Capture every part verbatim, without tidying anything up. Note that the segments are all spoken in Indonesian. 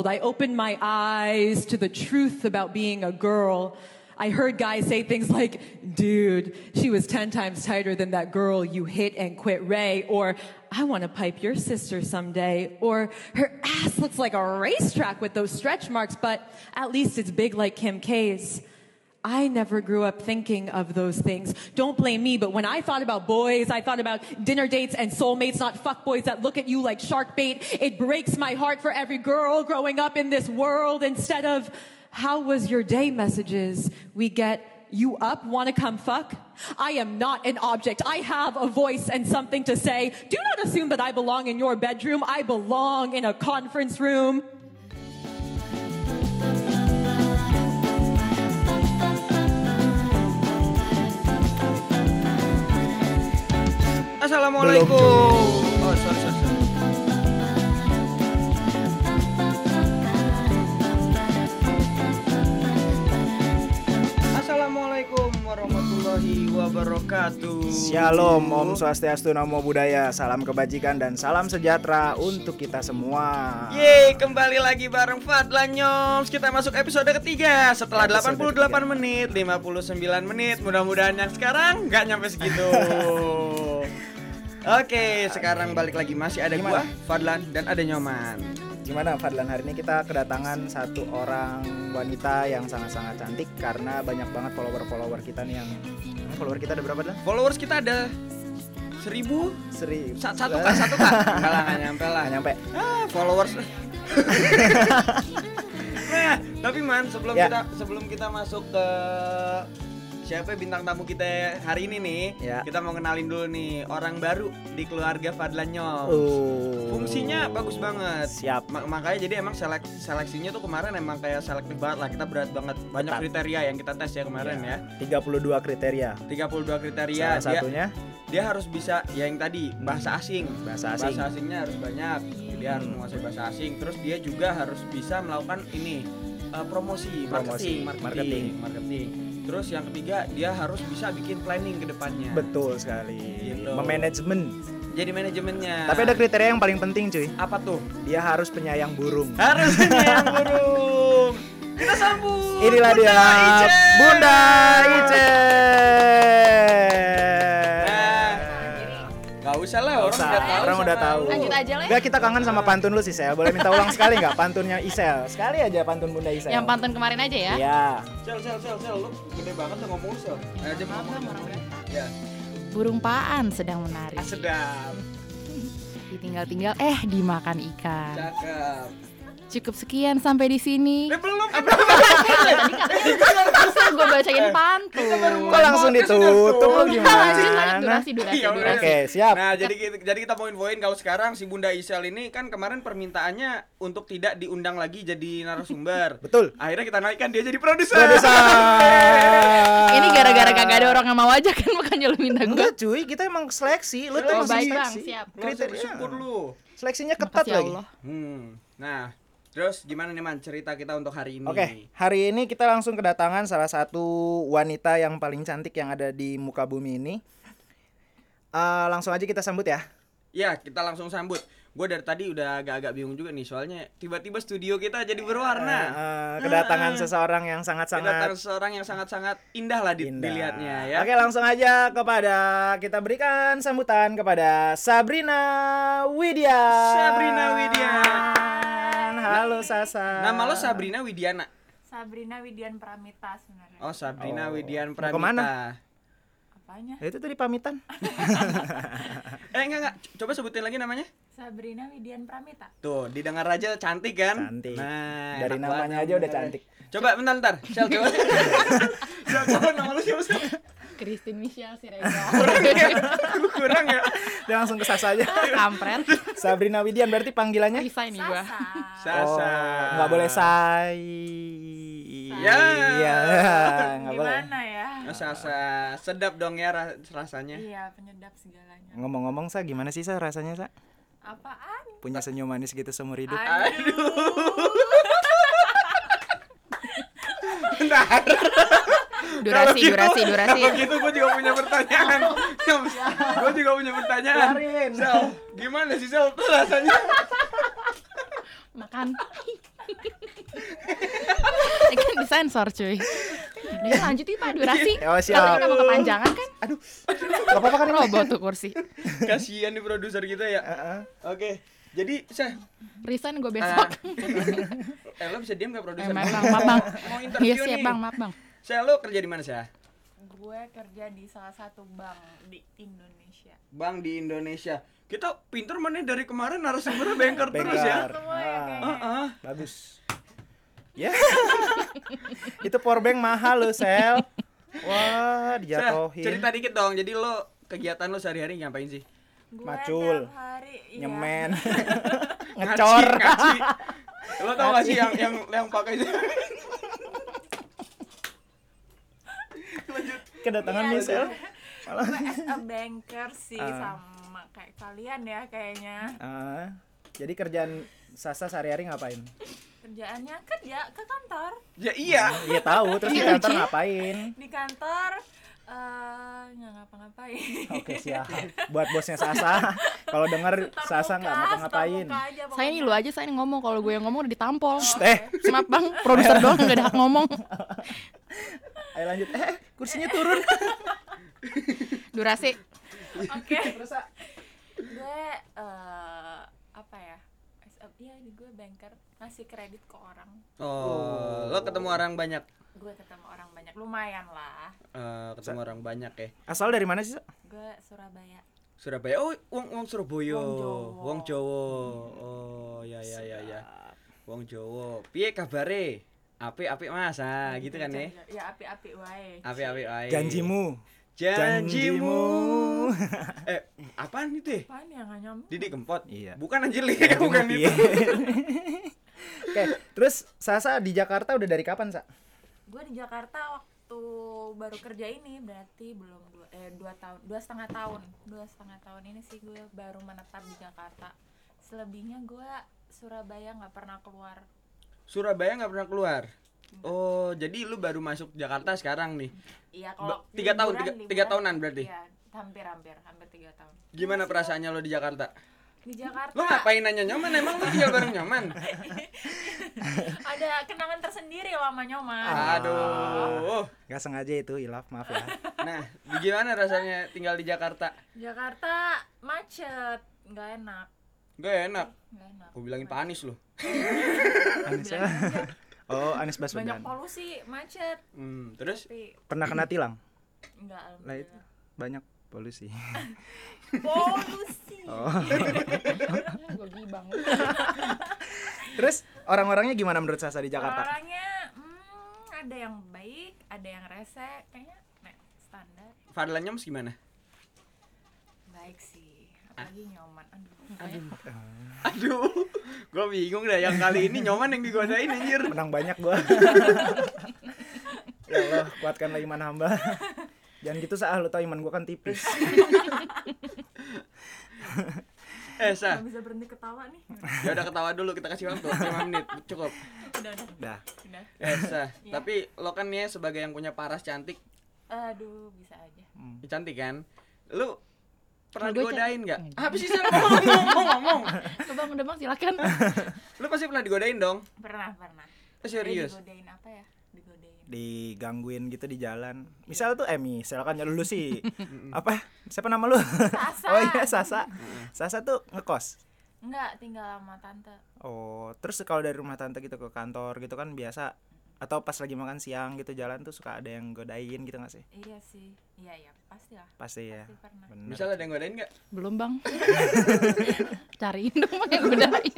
I opened my eyes to the truth about being a girl. I heard guys say things like, dude, she was ten times tighter than that girl you hit and quit Ray, or I want to pipe your sister someday, or her ass looks like a racetrack with those stretch marks, but at least it's big like Kim K's. I never grew up thinking of those things. Don't blame me, but when I thought about boys, I thought about dinner dates and soulmates, not fuckboys that look at you like shark bait. It breaks my heart for every girl growing up in this world. Instead of, how was your day messages, we get, you up, wanna come fuck? I am not an object. I have a voice and something to say. Do not assume that I belong in your bedroom. I belong in a conference room. Assalamualaikum. Oh, sorry, sorry, sorry. Assalamualaikum warahmatullahi wabarakatuh. Shalom, Om Swastiastu, Namo Buddhaya, salam kebajikan dan salam sejahtera untuk kita semua. Yeay, kembali lagi bareng Fadlan Nyoms. Kita masuk episode ketiga setelah delapan puluh delapan menit, lima puluh sembilan menit. Mudah-mudahan yang sekarang nggak nyampe segitu. Oke, sekarang balik lagi, masih ada Gimana? gua, Fadlan, dan ada Nyoman. Gimana Fadlan, hari ini kita kedatangan satu orang wanita yang sangat-sangat cantik karena banyak banget follower-follower kita nih yang follower kita ada berapa Lan? Followers kita ada seribu, Seri Sa- satu kak, satu kak. Enggak lah, nggak nyampe lah. Nggak nyampe. Ah, followers. Nah, tapi man, sebelum Ya. kita sebelum kita masuk ke siapa bintang tamu kita hari ini nih, Ya. kita mau kenalin dulu nih orang baru di keluarga Fadlan Nyoms. Oh. Fungsinya bagus banget. Siap. Ma- makanya jadi emang selek seleksinya tuh kemarin emang kayak selektif banget lah. Kita berat banget. Banyak Ketat. kriteria yang kita tes ya kemarin ya. tiga puluh dua kriteria. tiga puluh dua kriteria. Salah satunya Dia, dia harus bisa ya yang tadi bahasa asing. bahasa asing. Bahasa asingnya harus banyak. Dia harus menguasai bahasa asing. Terus dia juga harus bisa melakukan ini uh, promosi, Promosi, marketing, marketing, marketing. marketing. Terus yang ketiga, dia harus bisa bikin planning ke depannya. Betul sekali. Gitu. Memanajemen. Jadi manajemennya. Tapi ada kriteria yang paling penting cuy. apa tuh? Dia harus penyayang burung. Harusnya yang burung. Kita sambut. Inilah Bunda dia Ice. Bunda Ice. Nah, Gak usah lah, orang Usah, udah tahu. orang udah sama tahu. lu. Lanjut aja lah ya. Enggak, kita kangen sama pantun lu sih, Sel. Boleh minta ulang sekali nggak pantunnya Isel? Sekali aja pantun Bunda Isel. Yang pantun kemarin aja ya. Iya. Sel, sel, sel, sel, lu gede banget tuh ngomong sel. Ayo aja ngomong. Ya, Burung paan sedang menari. ah, sedap. Ditinggal-tinggal eh dimakan ikan. Cakep. Cukup sekian sampai di sini. Eh, belum. Masa gue bacain pantun. Kok langsung ditutup lu Lanjut, lanjut, gimana? durasi, durasi, Iya, durasi. Oke, siap. Nah, jadi kita, jadi kita mau infoin kalau sekarang si Bunda Isel ini kan kemarin permintaannya untuk tidak diundang lagi jadi narasumber. Betul. Akhirnya kita naikkan dia jadi produser. Produser. Ini gara-gara kagak ada orang yang mau aja kan, makanya lu minta gue. Enggak cuy, kita emang seleksi. Lu tuh Oh, emang baik, Bang, seleksi. siap. Lu harus Kriteria. bersyukur lu. Seleksinya ketat Makasih lagi. Allah. Hmm. Nah, terus gimana nih Man cerita kita untuk hari ini? Oke, hari ini kita langsung kedatangan salah satu wanita yang paling cantik yang ada di muka bumi ini. Eh, langsung aja kita sambut ya. Ya, kita langsung sambut. Gue dari tadi udah agak-agak bingung juga nih, soalnya tiba-tiba studio kita jadi berwarna. Eh, eh, kedatangan Ah. seseorang yang sangat-sangat Kedatangan seseorang yang sangat-sangat indah lah di- indah. dilihatnya ya. Oke, langsung aja kepada kita berikan sambutan kepada Sabrina Widya. Sabrina Widya. Halo Sasa. Nama lo Sabrina Widiana. Sabrina Widian Pramita sebenarnya. Oh, Sabrina Oh. Widian Mau Pramita. kemana? Apanya? Ya, itu tadi pamitan. Eh enggak enggak, coba sebutin lagi namanya. Sabrina Widian Pramita. Tuh, didengar aja cantik kan? Cantik. Nah, Dari enak namanya banget aja udah dengarnya. cantik. Coba bentar bentar. Sel coba. Sel coba nama lu siapa sih? Christine Michelle Siregar. Kurang ya? Kurang ya? Udah langsung ke Sasa aja. Kampret. Sabrina Widian berarti panggilannya? Bisa ini gua. Sasa. Sasa. Oh, nggak boleh say. Ya. Iya, nggak boleh. Gimana ya? Oh, Sasa, sedap dong ya ra- rasanya. Iya, penyedap segalanya. Ngomong-ngomong Sa, gimana sih Sa rasanya Sa? Apaan? Punya senyum manis gitu seumur hidup. Aduh. Bentar. Durasi, Kalau gitu- durasi, durasi. Kalau gitu gue juga punya pertanyaan. Gue juga punya pertanyaan. Biarin. Sel, gimana sih Sel tuh rasanya? Makan. sensor cuy. Dia lanjut nih Pak durasi. Oh, siap. Kalau nggak mau kepanjangan kan? Aduh. Gak apa-apa kan ini? Robot tuh kursi. Kasihan nih produser kita ya. Heeh. Oke. Jadi, Syah, Resign gue ah, besok. eh lo bisa diam gak Eh, produser? maaf bang, maaf bang. Mau interview Iya siap nih. bang, maaf bang. Syah, lo kerja di mana, Syah? Gue kerja di salah satu bank di Indonesia. Bank di Indonesia. Kita pinter mana dari kemarin narasumbernya banker terus ya. Bengkar. Semua ya Ah, kayaknya. Heeh. bagus. Ya. Itu powerbank mahal loh, Sel. Wah, Syah, dijatuhin. cerita dikit dong. Jadi lo kegiatan lo sehari-hari ngapain sih? Gue Macul. tiap hari iya. Nyemen. Ngecor. Ngaci, ngaci. Lo tau gak sih yang yang yang pakai itu? Kedatangan Iya, nih, Sel. Gue as a banker sih Ah. sama kayak kalian ya kayaknya. Ah, jadi kerjaan Sasa sehari-hari ngapain? Kerjaannya kerja ke kantor. Ya iya. Iya tahu, terus di kantor ngapain? Di kantor eh nggak ngapa-ngapain. Oke, siap. Buat bosnya Sasa, kalau denger Sasa nggak ngapa-ngapain. Saya ini lu aja saya ini ngomong, kalau gue yang ngomong udah ditampol. Eh, Maaf bang, produser doang nggak ada hak ngomong. ayo lanjut. Eh, kursinya turun. Durasi. Oke. Terus ah, Gue eh apa ya? As a- Iya, di gue banker ngasih kredit ke orang. Oh, lo ketemu orang banyak. Gue ketemu orang banyak, lumayan lah. Eh, ketemu orang banyak ya. asal dari mana sih, Sa? Gue Surabaya. Surabaya. Oh, wong wong Surabaya. Wong Jawa. Wong Jawa. Oh, ya ya ya ya. Wong Jawa. Piye kabare? Apik-apik Mas. Ah, gitu kan ya. Ya api-api wae. Apik-apik ae. Janjimu. Janjimu. Eh, apaan itu? Ya? Apaan ya nggak nyambung? Didi Kempot. Iya. Bukan anjir li, Janjimu bukan piye? itu. Oke, terus Sasa di Jakarta udah dari kapan, Sa? Gue di Jakarta waktu baru kerja ini berarti belum dua, eh dua tahun, dua setengah tahun, dua setengah tahun ini sih gue baru menetap di Jakarta. Selebihnya gue Surabaya nggak pernah keluar. Surabaya nggak pernah keluar. Oh, jadi lu baru masuk Jakarta sekarang nih. Iya kalau Ba- tiga tahun, liburan- tiga- tiga liburan, tahunan berarti? Iya, hampir hampir hampir tiga tahun. Gimana perasaannya lo di Jakarta? Di Jakarta Lo ngapain nanya Nyoman? Emang lo tinggal bareng Nyoman? ada kenangan tersendiri loh sama Nyoman. Aduh. Gak sengaja itu, hilaf, maaf ya. Nah, gimana rasanya tinggal di Jakarta? Jakarta macet, nggak enak, Gak enak. nggak enak. Gue bilangin Pak Anies lo. Anies ya? Oh, Anies Banyak Baswedan. polusi, macet, Hmm, terus tapi Pernah kena tilang? nggak Lah itu alhamdulillah. banyak polusi. Polusi. Oh. Gue gibang. Terus orang-orangnya gimana menurut Sasa di Jakarta? Orangnya hmm, ada yang baik, ada yang rese, kayaknya nek standar. Fadlan Nyoms gimana? Baik sih, apalagi Nyoman. Aduh. Aduh. Aduh. Gue bingung dah yang kali ini Nyoman yang digodain anjir. Menang banyak gua. Ya Allah, kuatkanlah iman hamba. Jangan gitu, Sa, lu tau iman gua kan tipis. Eh, Sa. Gak bisa berhenti ketawa nih. Ya udah ketawa dulu, kita kasih waktu lima menit. Cukup. Udah, udah. Dah. Udah. Eh, Sa. Iya. Tapi lo kan nih sebagai yang punya paras cantik, Aduh, bisa aja. cantik kan? Lu pernah Kalau gue digodain cantik. nggak? Apa sih Sa? Ngomong, ngomong, ngomong. Udah bang, udah bang silakan. Lu pasti pernah digodain dong? Pernah, pernah. Eh, serius? Eh, digodain apa ya? Digodain. Digangguin gitu di jalan. Misal tuh eh misal kan lu sih. Apa? Siapa nama lu? Sasa. Oh iya, Sasa. Sasa tuh ngekos. Enggak, tinggal sama tante. Oh, terus kalau dari rumah tante gitu ke kantor gitu kan biasa, atau pas lagi makan siang gitu jalan tuh suka ada yang godain gitu gak sih? Iya sih. Iya, iya, pasti lah. Pasti ya. Pasti pernah. Bener. Misal ada yang godain nggak? Belum bang. Cariin dong bang yang godain.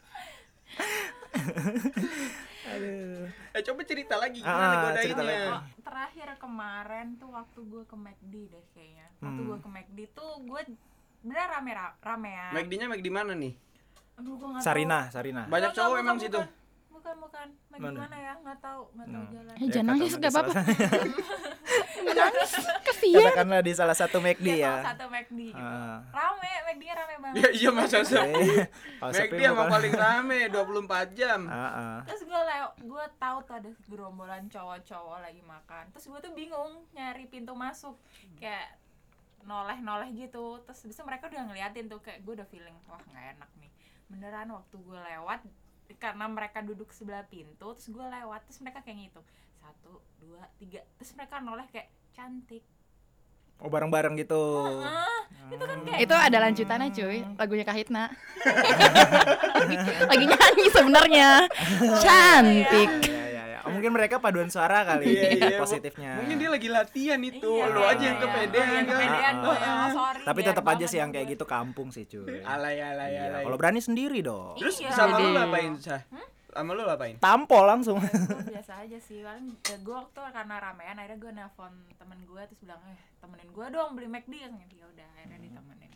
Aduh. Eh, coba cerita lagi Ah, gimana cerita godainnya. lagi. Oh, terakhir kemarin tuh waktu gue ke McD deh kayaknya. Waktu Hmm. gue ke McD tuh gue bener rame ramean. McD-nya McD mana nih? Aduh, gue nggak Sarina, Sarina. tahu. Banyak Nggak, cowok bukan, emang bukan. situ. Bukan, bukan. McD Mana? mana ya? Nggak tahu, nggak tahu Nah. jalan. Eh jangan nangis katakanlah gak di apa-apa. salah- Jangan nangis. Kasian. Katakanlah di salah satu McD Iya, ya. salah satu McD gitu. Ah. Rame, McD-nya rame banget. Ya iya masa Eh, sepi. kalau McD sepi emang mah- paling rame dua puluh empat jam. Ah, ah. Terus gue lew, gue tahu tuh ada gerombolan cowok-cowok lagi makan. Terus gue tuh bingung nyari pintu masuk, kayak noleh-noleh gitu. Terus bisa mereka udah ngeliatin tuh, kayak gue udah feeling wah nggak enak nih. Beneran waktu gue lewat karena mereka duduk sebelah pintu, terus gue lewat, terus mereka kayak ngitung satu, dua, tiga, terus mereka noleh kayak cantik. Oh bareng-bareng gitu. Ah, itu kan kayak Itu ada lanjutannya cuy, lagunya Kahitna. Lagi nyanyi sebenarnya. Cantik. Ya, ya, ya. Oh, mungkin mereka paduan suara kali Iya, iya. positifnya. Mungkin dia lagi latihan itu. Iya, Lu aja yang iya. kepedean. Oh, iya, kepedean gue ya, oh, sorry. Tapi biar tetap aja banget sih yang gue. kayak gitu kampung sih cuy. Alay alay Iya, alay. kalau berani sendiri dong. Terus Iya. sama lu Jadi- ngapain, Sah? Sama lu ngapain? Tampol langsung. Gue biasa aja sih, paling eh, gue waktu karena ramean akhirnya gue nelfon temen gue terus bilang eh temenin gue dong beli McD ya, ya udah akhirnya ditemenin.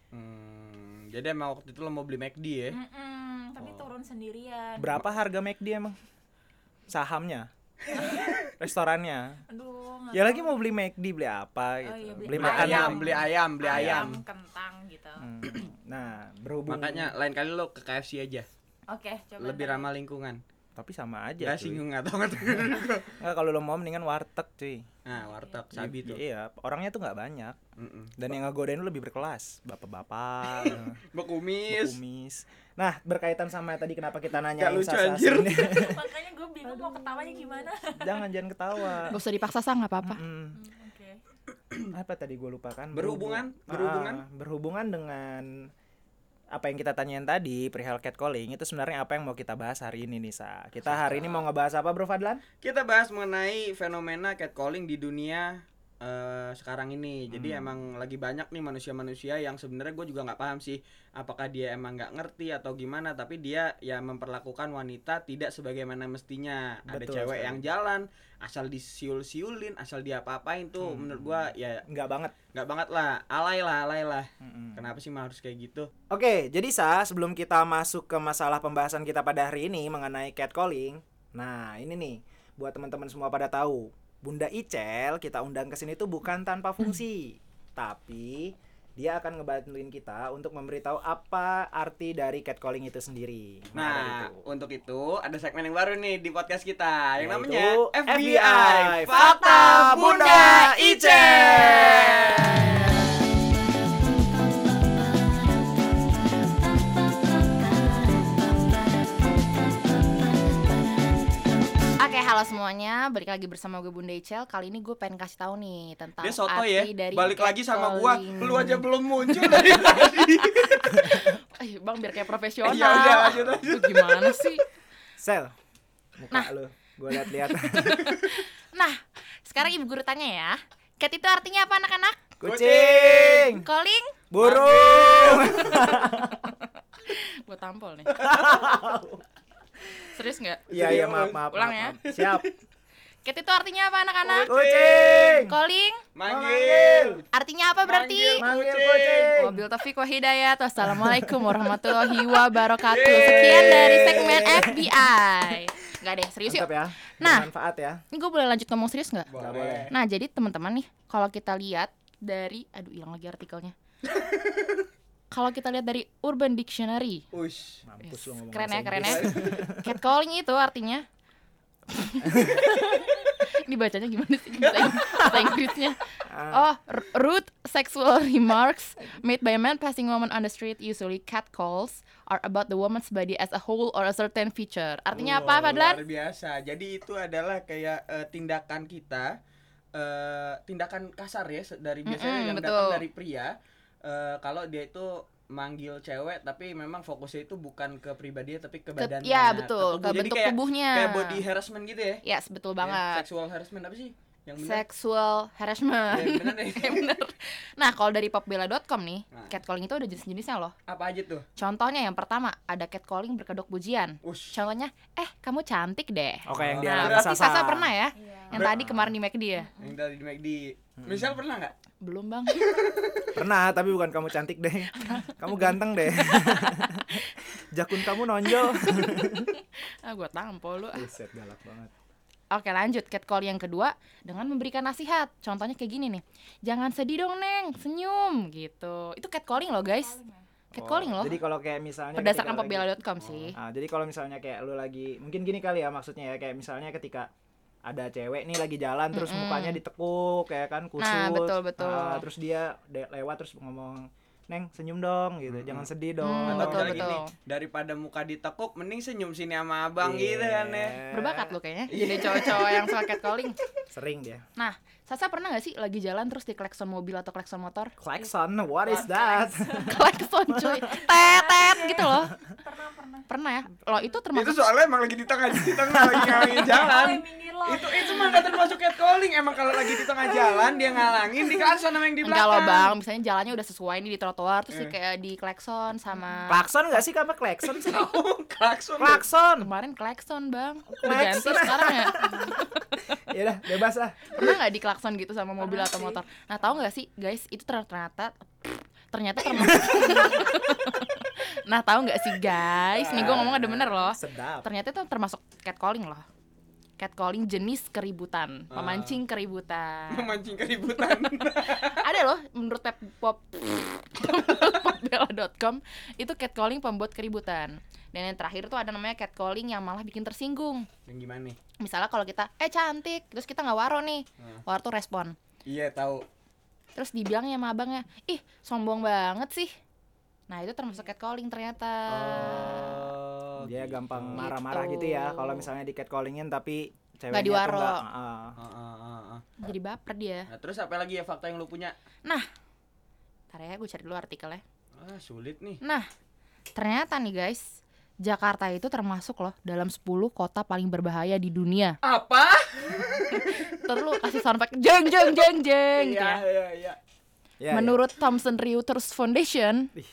Hmm, jadi emang waktu itu lo mau beli McD ya? Mm-mm, tapi turun sendirian. Berapa harga McD emang? Sahamnya? Restorannya? Aduh, nggak Ya tahu. lagi mau beli McD beli apa gitu. Oh iya, beli, beli makanan. ayam, beli ayam, beli ayam. kentang gitu. Hmm. Nah, berhubung Makanya lain kali lo ke K F C aja. Oke, coba. Lebih ntar. ramah lingkungan. tapi sama aja Gak cuy. singgung atau nggak? Nggak, kalau lo mau mendingan warteg cuy. Nah, warteg sabi tuh. Iya, orangnya tuh nggak banyak. Mm-mm. Dan yang ngegodain lu lebih berkelas, bapak-bapak, Bekumis. kumis. Nah, berkaitan sama tadi kenapa kita nanya Gak lucu, anjir. Makanya gue bingung mau ketawanya gimana. Jangan jangan ketawa. Gak usah dipaksa sah, nggak apa-apa. Mm. Hmm, Oke. Apa tadi gue lupakan? Berhubungan? Berhubung- Berhubungan? Ah, berhubungan dengan apa yang kita tanyain tadi perihal catcalling, itu sebenarnya apa yang mau kita bahas hari ini nih, Sa. Kita hari ini mau ngebahas apa, Bro Fadlan? Kita bahas mengenai fenomena catcalling di dunia eh, sekarang ini. Jadi emang lagi banyak nih manusia-manusia yang sebenarnya gue juga nggak paham sih apakah dia emang nggak ngerti atau gimana, tapi dia ya memperlakukan wanita tidak sebagaimana mestinya. Ada Betul cewek sekali. yang jalan asal disiul-siulin, asal diapa-apain tuh menurut gua ya Enggak banget. nggak banget lah, alay lah, alay lah. Mm-mm. Kenapa sih mah harus kayak gitu? Oke, jadi Sa, sebelum kita masuk ke masalah pembahasan kita pada hari ini mengenai catcalling, nah ini nih, buat teman-teman semua pada tahu, Bunda Icel kita undang ke sini tuh bukan tanpa fungsi, tapi dia akan ngebantuin kita untuk memberitahu apa arti dari catcalling itu sendiri. Maka dari Nah, itu. untuk itu ada segmen yang baru nih di podcast kita yang Yaitu namanya F F B B I, I Fakta Fakta Bunda Bunda Icel. Icel. Oke, halo semuanya, balik lagi bersama gue Bunda Icel. Kali ini gue pengen kasih tahu nih tentang Dia soto arti ya, dari balik lagi sama gua. catcalling. Lu aja belum muncul dari tadi. Eh, Bang, biar kayak profesional. Ya udah, lanjut, lanjut. Lu gimana sih? Sel, muka Nah. lu, gue lihat-lihat. Nah, sekarang ibu guru tanya ya. Cat itu artinya apa anak-anak? Kucing, Calling? burung. Gue tampol nih. Serius nggak? Iya iya maaf maaf. Ulang maaf, ya. maaf. Siap. Cat itu artinya apa anak-anak? Kucing. Calling? Manggil. Artinya apa berarti? Manggil Kucing. kucing. Wabil taufiq wa hidayah. Wassalamualaikum warahmatullahi wabarakatuh. Sekian dari segmen F B I. Enggak deh, serius yuk. Mantap ya. Nah. Bermanfaat ya. Ini gue boleh lanjut ngomong serius nggak? Nggak boleh. Nah, jadi teman-teman nih, kalau kita lihat dari, aduh hilang lagi artikelnya. Kalau kita lihat dari Urban Dictionary, Ush. Mampus lu ngomong keren ya, bahasa keren ya. Inggris. Catcalling itu artinya ini bacanya gimana sih bahasa Ing- bahasa Inggrisnya? Oh, r- rude sexual remarks made by a man passing woman on the street, usually catcalls, are about the woman's body as a whole or a certain feature. Artinya apa, Wow, Fadlan? luar biasa. Jadi itu adalah kayak eh, tindakan kita, eh, tindakan kasar ya se- dari biasanya Mm-mm, yang betul. datang dari pria. Eh, kalau dia itu manggil cewek, tapi memang fokusnya itu bukan ke pribadinya tapi ke Ke- badannya. ya, betul, tubuh. ke Jadi bentuk kayak, tubuhnya. Kayak body harassment gitu ya. Yes, betul Ya, banget. sexual harassment apa sih? Yang benar? Sexual harassment. Ya, bener deh. Ya, bener. Nah, kalau dari popbella dot com nih, Nah. catcalling itu ada jenis-jenisnya loh. Apa aja tuh? Contohnya yang pertama, ada catcalling berkedok pujian. Ush. Contohnya, eh kamu cantik deh. Oke, yang Nah, dialami Berarti Sasa. Sasa pernah ya? Iya. Yang tadi kemarin di McD ya? Yang dari di McD. Misal pernah nggak? Belum, Bang. Pernah, tapi bukan kamu cantik deh. Kamu ganteng deh. Jakun kamu nonjol. Ah, gua tampol lu. Buset, galak banget. Oke, lanjut. Catcall yang kedua dengan memberikan nasihat. Contohnya kayak gini nih. Jangan sedih dong, Neng. Senyum gitu. Itu catcalling loh, guys. Catcalling loh. Jadi kalau kayak misalnya Berdasarkan ketika popbella lagi- dot com sih. Ah, jadi kalau misalnya kayak lu lagi, mungkin gini kali ya maksudnya ya, kayak misalnya ketika ada cewek nih lagi jalan terus Mm-mm. mukanya ditekuk kayak kan kusut. Nah, betul, betul. Ah, terus dia de- lewat terus ngomong Neng senyum dong gitu, Mm-mm. jangan sedih dong. Hmm, Atau betul, misalnya gini, betul. daripada muka ditekuk mending senyum sini sama abang Iya. gitu kan ya. Berbakat lo kayaknya jadi cowok-cowok yang suka catcalling. Sering dia. Nah, Sasa pernah gak sih lagi jalan terus di klakson mobil atau klakson motor? Klaxon, what is that? Klakson cuy, tetet gitu loh. Pernah pernah. Pernah ya? Lo itu Itu termasuk soalnya emang lagi di tengah di tengah lagi ngalangin jalan. Oh, yang minggir lo. itu itu mah nggak termasuk catcalling. Emang kalau lagi di tengah jalan dia ngalangin di klakson sama yang di belakang. enggak loh bang, misalnya jalannya udah sesuai nih di trotoar terus di kayak di klakson sama Klakson nggak sih, kamu klakson sih? Oh, klakson. Klakson. kemarin klakson bang, udah Klakson. ganti sekarang ya. Ya udah, bebas lah. Pernah nggak di klakson gitu sama mobil Pernah atau sih. motor? Nah tahu nggak sih guys, itu ternyata ternyata termasuk. Nah tahu nggak sih guys, nih gue ngomong ada bener loh. Sedap. Ternyata itu termasuk catcalling loh. Catcalling jenis keributan, Ah. pemancing keributan. Memancing keributan. Ada loh menurut pep pop popbella dot com itu catcalling pembuat keributan. Dan yang terakhir tuh ada namanya catcalling yang malah bikin tersinggung. Yang gimana nih? Misalnya kalau kita eh cantik, terus kita nggak waro nih, Hmm. waro tuh respon. Iya tahu. Terus dibilang ya sama abangnya, ih sombong banget sih. Nah itu termasuk catcalling ternyata. Oh, Dia gitu. gampang marah-marah gitu ya kalau misalnya di catcallingin tapi ceweknya Nggak diwaro. tuh nggak, ah. Ah, ah, ah, ah. Jadi baper dia. Nah, terus apa lagi ya fakta yang lu punya? Ntar ya gue cari dulu artikelnya. Ah, sulit nih. Nah ternyata nih guys, Jakarta itu termasuk loh dalam sepuluh kota paling berbahaya di dunia. Apa? Terus kasih sound effect jeng jeng jeng jeng gitu Iya, ya. iya, iya. Ya, Menurut Thomson Reuters Foundation, ya.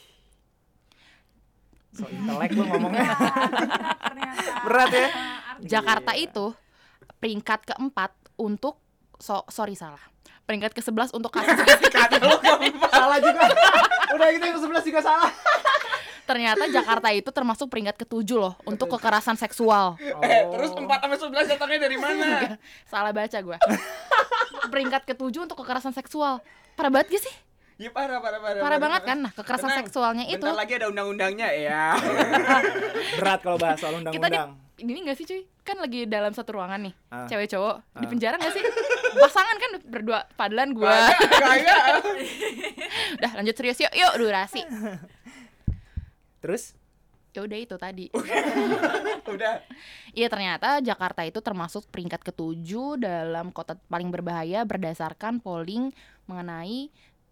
So intelek lu ngomongnya. Ternyata. Berat ya. Jakarta Iya. itu peringkat keempat untuk so sorry salah. Peringkat ke sebelas untuk kasus. Salah juga. Udah gitu yang sebelas juga salah. Ternyata Jakarta itu termasuk peringkat ketujuh loh untuk kekerasan seksual. Eh, terus empat sampai sebelas datangnya dari mana? Salah baca gue. Peringkat ketujuh untuk kekerasan seksual. Parah banget gak sih? Ya parah, parah, parah. Parah banget kan? Nah, kekerasan Tenang, seksualnya itu Bentar lagi ada undang-undangnya ya. Berat kalau bahas soal kita di undang-undang. ini gak sih cuy? Kan lagi dalam satu ruangan nih, Ah. cewek cowok di Ah. penjara gak sih? Pasangan kan berdua, padahal gue. Kayak Udah lanjut serius yuk, yuk durasi. Terus Ya udah itu tadi. udah. Iya ternyata Jakarta itu termasuk peringkat ketujuh dalam kota paling berbahaya berdasarkan polling mengenai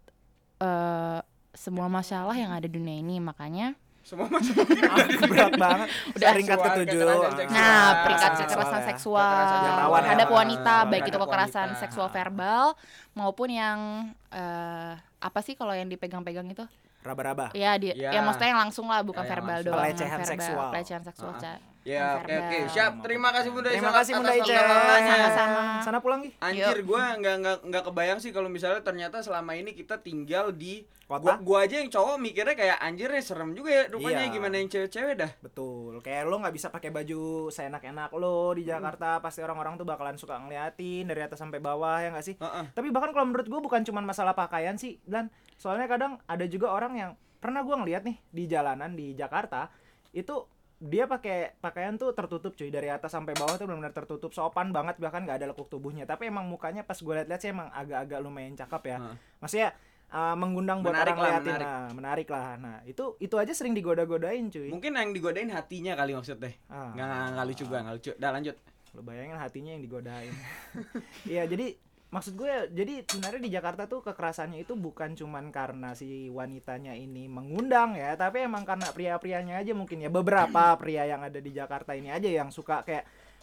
eh, semua masalah yang ada di dunia ini. Makanya Semua masuk. ah, berat banget. Udah. Peringkat Seksual, ketujuh. kekerasan Ah, seksual. nah peringkat Seksual kekerasan ya. seksual Kekerasan yang rawan ya. terhadap wanita Ah, baik itu terhadap kekerasan wanita. seksual verbal maupun yang eh, apa sih kalau yang dipegang-pegang itu? Raba-raba. Ya di Ya. ya maksudnya yang langsung lah bukan Ya, yang verbal langsung. doang. Pelecehan yang verbal. seksual. Pelecehan seksual. Ah. Ca. Ya, Yang oke oke. verbal. Siap. Terima kasih Bunda Terima Isel kasih Bunda atas Icel. waktunya. Sama-sama. Sana pulang Gi. Anjir, gua nggak nggak nggak kebayang sih kalau misalnya ternyata selama ini kita tinggal di Kota? gua, gua aja yang cowok mikirnya kayak anjir nih serem juga ya rupanya Iya. gimana yang cewek-cewek dah. Betul. Kayak lo nggak bisa pakai baju seenak-enak lo di Jakarta, pasti orang-orang tuh bakalan suka ngeliatin dari atas sampai bawah ya nggak sih? Heeh. Tapi bahkan kalau menurut gue bukan cuma masalah pakaian sih, dan soalnya kadang ada juga orang yang pernah gue ngeliat nih di jalanan di Jakarta itu dia pakai pakaian tuh tertutup cuy dari atas sampai bawah tuh benar-benar tertutup, sopan banget, bahkan nggak ada lekuk tubuhnya. Tapi emang mukanya pas gue liat-liat sih emang agak-agak lumayan cakep ya. Heeh. Maksudnya uh, mengundang buat Menarik orang lah, liatin, menarik. nah menarik lah. Nah itu itu aja sering digoda-godain cuy. Mungkin yang digodain hatinya kali maksudnya. Ah. Nggak nggak nggak lucu gua, nggak lucu. Dah lanjut. Lo bayangin hatinya yang digodain. Iya, jadi maksud gue jadi sebenarnya di Jakarta tuh kekerasannya itu bukan cuman karena si wanitanya ini mengundang ya, tapi emang karena pria-prianya aja mungkin ya, beberapa pria yang ada di Jakarta ini aja yang suka kayak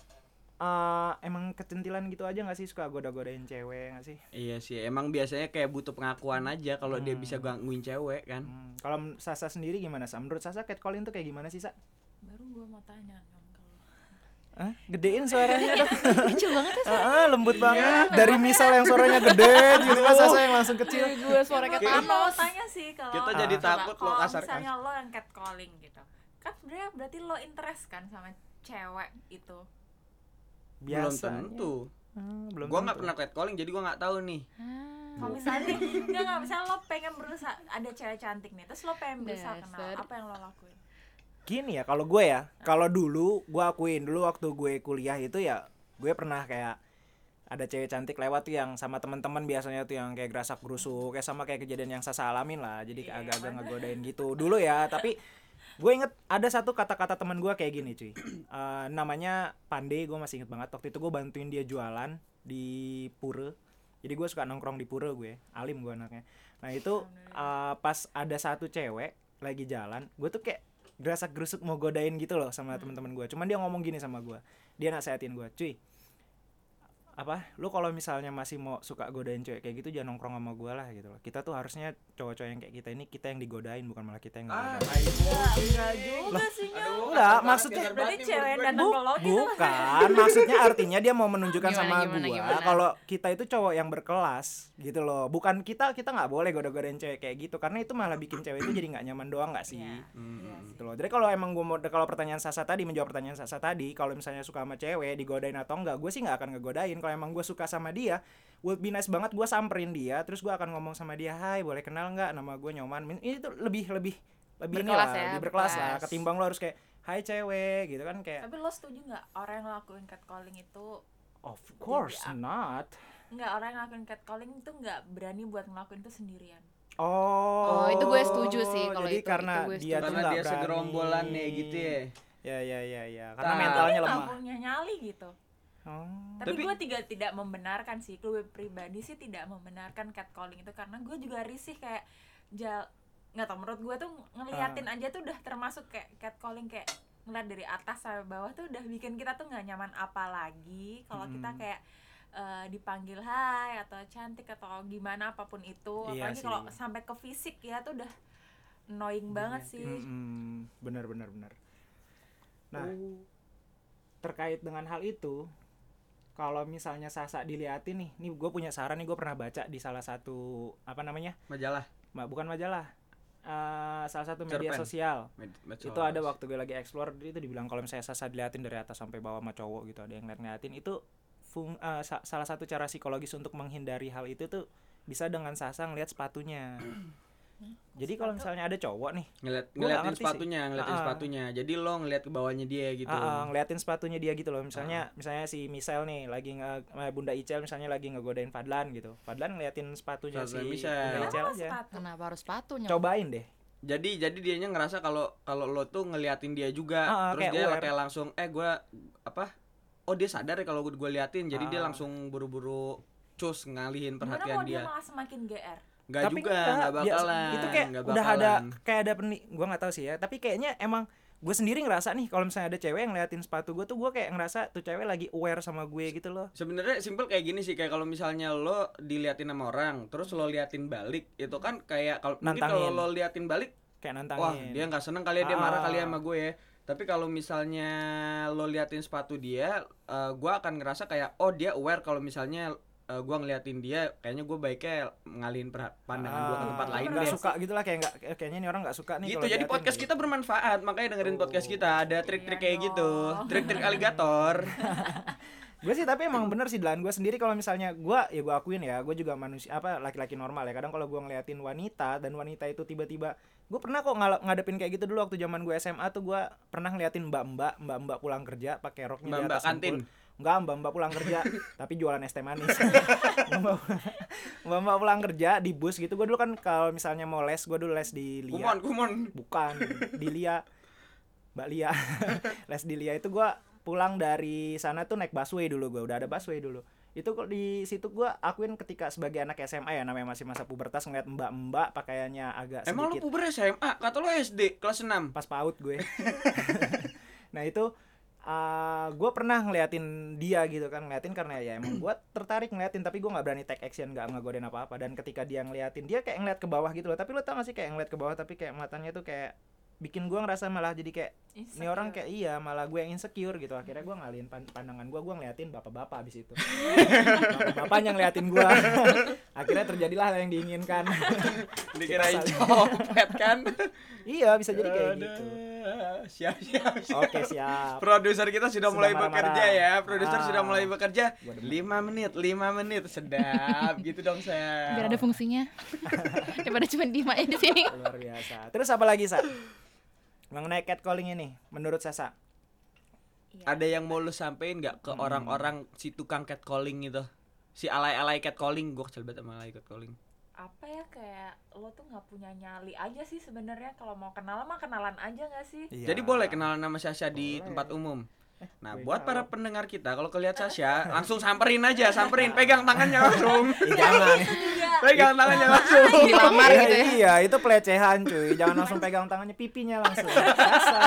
eh, emang kecentilan gitu aja nggak sih, suka goda-godain cewek nggak sih? Iya sih, emang biasanya kayak butuh pengakuan aja kalau dia bisa gangguin cewek kan. Hmm, kalau Sasa sendiri gimana Sa? Menurut Sasa catcalling tuh kayak gimana sih Sa? Baru gue mau tanya kan kalau Hah? Gedein suaranya dong. Lucu banget ya. Ah, ah, lembut banget. Dari misal yang suaranya gede, gitu kan Sasa yang langsung kecil. Gue suara kayak Gue mau Thanos. tanya sih kalau Kita Ah. jadi coba, takut lo kalau kasar misalnya lo yang catcalling gitu kan sebenarnya berarti lo interest kan sama cewek itu. Belum Biasanya. tentu. Ah, belum Gua nggak tentu. pernah catcalling jadi gua nggak tahu nih. Kalau misalnya nggak nggak misalnya lo pengen berusaha ada cewek cantik nih terus lo pengen berusaha kenal Dasar. apa yang lo lakuin? Gini ya, kalau gue ya, kalau dulu gue akuin dulu waktu gue kuliah itu ya, gue pernah kayak ada cewek cantik lewat tuh yang sama teman-teman biasanya tuh yang kayak gerasak gerusuk, kayak sama kayak kejadian yang Sasa alamin lah. Jadi Iya, agak-agak mana? ngegodain gitu dulu ya. Tapi gue inget ada satu kata-kata teman gue kayak gini cuy. Eh, namanya Pandey, gue masih inget banget. Waktu itu gue bantuin dia jualan di Pura. Jadi gue suka nongkrong di Pura, gue alim gue anaknya. Nah itu eh, pas ada satu cewek lagi jalan, gue tuh kayak gerasak gerusuk mau godain gitu loh sama teman-teman gue. Cuman dia ngomong gini sama gue, dia nasehatin gue, cuy, apa lu kalau misalnya masih mau suka godain cewek kayak gitu jangan nongkrong sama gue lah gitu loh. Kita tuh harusnya cowok-cowok yang kayak kita ini kita yang digodain, bukan malah kita yang Ah, ngegodain. Enggak juga sih Nyong. Aduh, Enggak, kasar maksudnya- banget, Berarti kasar cewek banget yang menurut datang gue. ke lo gitu. Bukan, maksudnya artinya dia mau menunjukkan Gimana, sama gimana, gua gimana? kalau kita itu cowok yang berkelas gitu loh. Bukan kita kita nggak boleh goda-godain cewek kayak gitu karena itu malah bikin cewek itu jadi nggak nyaman doang nggak sih? Iya, Hmm. iya sih. Gitu loh. Jadi kalau emang gua mau kalau pertanyaan Sasa tadi menjawab pertanyaan Sasa tadi, kalau misalnya suka sama cewek digodain atau enggak, gue sih nggak akan ngegodain. Kalau emang gue suka sama dia, would be nice banget gue samperin dia, terus gue akan ngomong sama dia, hai boleh kenal nggak, nama gue Nyoman. Ini tuh lebih lebih lebih ini Berkelas lah, ya, lebih berkelas lah. berkelas. Ketimbang lo harus kayak hai cewek gitu kan kayak, Tapi lo setuju nggak orang yang ngelakuin catcalling itu of course Jadi, not. nggak orang yang ngelakuin catcalling itu nggak berani buat ngelakuin itu sendirian. Oh, Oh, itu gue setuju sih kalau jadi itu, karena itu gue dia setuju. tuh Karena nggak dia berani. segerombolan nih gitu ya. Ya ya ya ya, karena Nah. mentalnya Nggak lemah. punya nyali gitu. Oh. Tapi, Tapi- gue tidak tidak membenarkan sih, gue pribadi sih tidak membenarkan catcalling itu karena gue juga risih kayak jal nggak tau, menurut gue tuh ngeliatin aja tuh udah termasuk kayak catcalling, kayak ngeliat dari atas sampai bawah tuh udah bikin kita tuh nggak nyaman, apalagi kalau kita Hmm. kayak eh, dipanggil hai atau cantik atau gimana apapun itu, Iya apalagi sih. kalau sampai ke fisik ya tuh udah annoying banget sih. Mm-mm, benar benar benar. Nah, Oh. terkait dengan hal itu, kalau misalnya Sasa diliatin nih, nih gue punya saran nih, gue pernah baca di salah satu apa namanya, Majalah. Ma, bukan majalah, eh, salah satu media Cerpen. sosial. Med- medsos. Itu ada waktu gue lagi explore, itu dibilang kalau misalnya Sasa diliatin dari atas sampai bawah sama cowok gitu, ada yang ngeliat-ngeliatin itu fung, eh, sa- salah satu cara psikologis untuk menghindari hal itu tuh bisa dengan Sasa ngeliat sepatunya. Jadi kalau misalnya ada cowok nih, ngeliat Gua nggak ngeliatin ngerti sih. sepatunya, ngeliatin Ah, ah. sepatunya. Jadi lo ngeliat ke bawahnya dia gitu. ah, ah, ngeliatin sepatunya dia gitu loh. Misalnya misalnya si Michelle nih lagi nge, eh, Bunda Icel misalnya lagi ngegodain Fadlan gitu. Fadlan ngeliatin sepatunya Sepatu si Michelle. Bunda Kenapa Icel aja. sepatu? Kenapa harus sepatunya? Cobain deh. Jadi jadi dianya ngerasa kalau kalau lo tuh ngeliatin dia juga, Ah, ah, terus kayak dia aware. kayak langsung eh gua apa? Oh dia sadar ya kalau gue liatin, jadi dia Ah. langsung buru-buru cus ngalihin Gimana perhatian mau dia dia. malah semakin G R? Nggak Tapi juga, nggak biasa- bakalan. itu kayak nggak udah ada bakalan. kayak ada peni, gua nggak tahu sih ya. Tapi kayaknya emang gue sendiri ngerasa nih kalau misalnya ada cewek yang ngeliatin sepatu gue tuh gue kayak ngerasa tuh cewek lagi aware sama gue gitu loh. Sebenarnya simple kayak gini sih, kayak kalau misalnya lo diliatin sama orang, terus lo liatin balik, itu kan kayak kalau mungkin kalau Nantangin. lo liatin balik, Kayak nantangin. wah dia nggak seneng kali ya, dia marah Ah. kali ya sama gue ya. Tapi kalau misalnya lo liatin sepatu dia, eh, gue akan ngerasa kayak oh dia aware kalau misalnya eh, gue ngeliatin dia, kayaknya gue baiknya ngalihin perha- pandangan gue ke tempat Ah, lain nggak deh. suka gitu lah, kayak nggak kayaknya ini orang nggak suka nih. Gitu, kalau jadi liatin podcast gitu. kita bermanfaat, makanya dengerin podcast kita, ada trik-trik Iya kayak gitu, dong. trik-trik aligator. Gue sih tapi emang bener sih Dilan, gue sendiri kalau misalnya gue ya gue akuin ya, gue juga manusia apa laki-laki normal ya. Kadang kalau gue ngeliatin wanita dan wanita itu tiba-tiba, gue pernah kok ngal- ngadepin kayak gitu dulu waktu zaman gue S M A tuh, gue pernah ngeliatin mbak-mbak mbak-mbak pulang kerja pakai roknya di Mbak-mbak atas kantin. dengkul. Enggak, mbak-mbak pulang kerja tapi jualan es teh manis. Mbak- mbak-mbak pulang kerja di bus gitu. Gue dulu kan kalau misalnya mau les, gue dulu les di Lia. Kumon, kumon. Bukan, di Lia. Mbak Lia. Les di Lia itu gua pulang dari sana tuh naik busway dulu, gua udah ada busway dulu. Itu kok di situ gua akuin ketika sebagai anak S M A ya, namanya masih masa pubertas, ngeliat mbak-mbak pakaiannya agak Emang lu sedikit puber S M A? Kata lu S D kelas enam. pas PAUD gue. Nah itu uh, gue pernah ngeliatin dia gitu kan, ngeliatin karena ya emang gue tertarik ngeliatin, tapi gue nggak berani take action, nggak ngegodain apa-apa. Dan ketika dia ngeliatin, dia kayak ngeliat ke bawah gitu loh. Tapi lo tau gak sih kayak ngeliat ke bawah tapi kayak matanya tuh kayak bikin gue ngerasa malah jadi kayak ini orang kayak iya malah gue yang insecure gitu. Akhirnya gue ngalihin pan- pandangan gue, gue ngeliatin bapak-bapak abis itu. Bapak-bapaknya ngeliatin gue. Akhirnya terjadilah hal yang diinginkan. Dikirain Kita copet kan. Iya bisa jadi kayak gitu. Siap, siap, siap. Oke siap. Produser kita sudah, Sudah mulai marah-marah. bekerja ya. Produser Ah. sudah mulai bekerja. Gua demen. lima menit, lima menit. Sedap gitu dong saya. Biar ada fungsinya. Daripada cuma diem aja di sini. Luar biasa. Terus apa lagi, Sa? Mengenai catcalling ini menurut Sasa? Iya. ada yang mau lu sampein nggak ke orang-orang si tukang catcalling itu, si alay-alay catcalling? Gue kesel banget sama alay catcalling. Apa ya, kayak lo tuh nggak punya nyali aja sih sebenarnya. Kalau mau kenalan mah kenalan aja nggak sih? Iya. Jadi boleh kenalan nama Sasha di Boleh. tempat umum. Nah, gue buat tahu. para pendengar kita, kalau kelihat Sasha, langsung samperin aja, samperin, pegang tangannya langsung. Ih, jangan. Pegang tangannya langsung. Dilamar Iya, gitu ya. Iya, itu pelecehan cuy. Jangan langsung pegang tangannya, pipinya langsung. Biasa.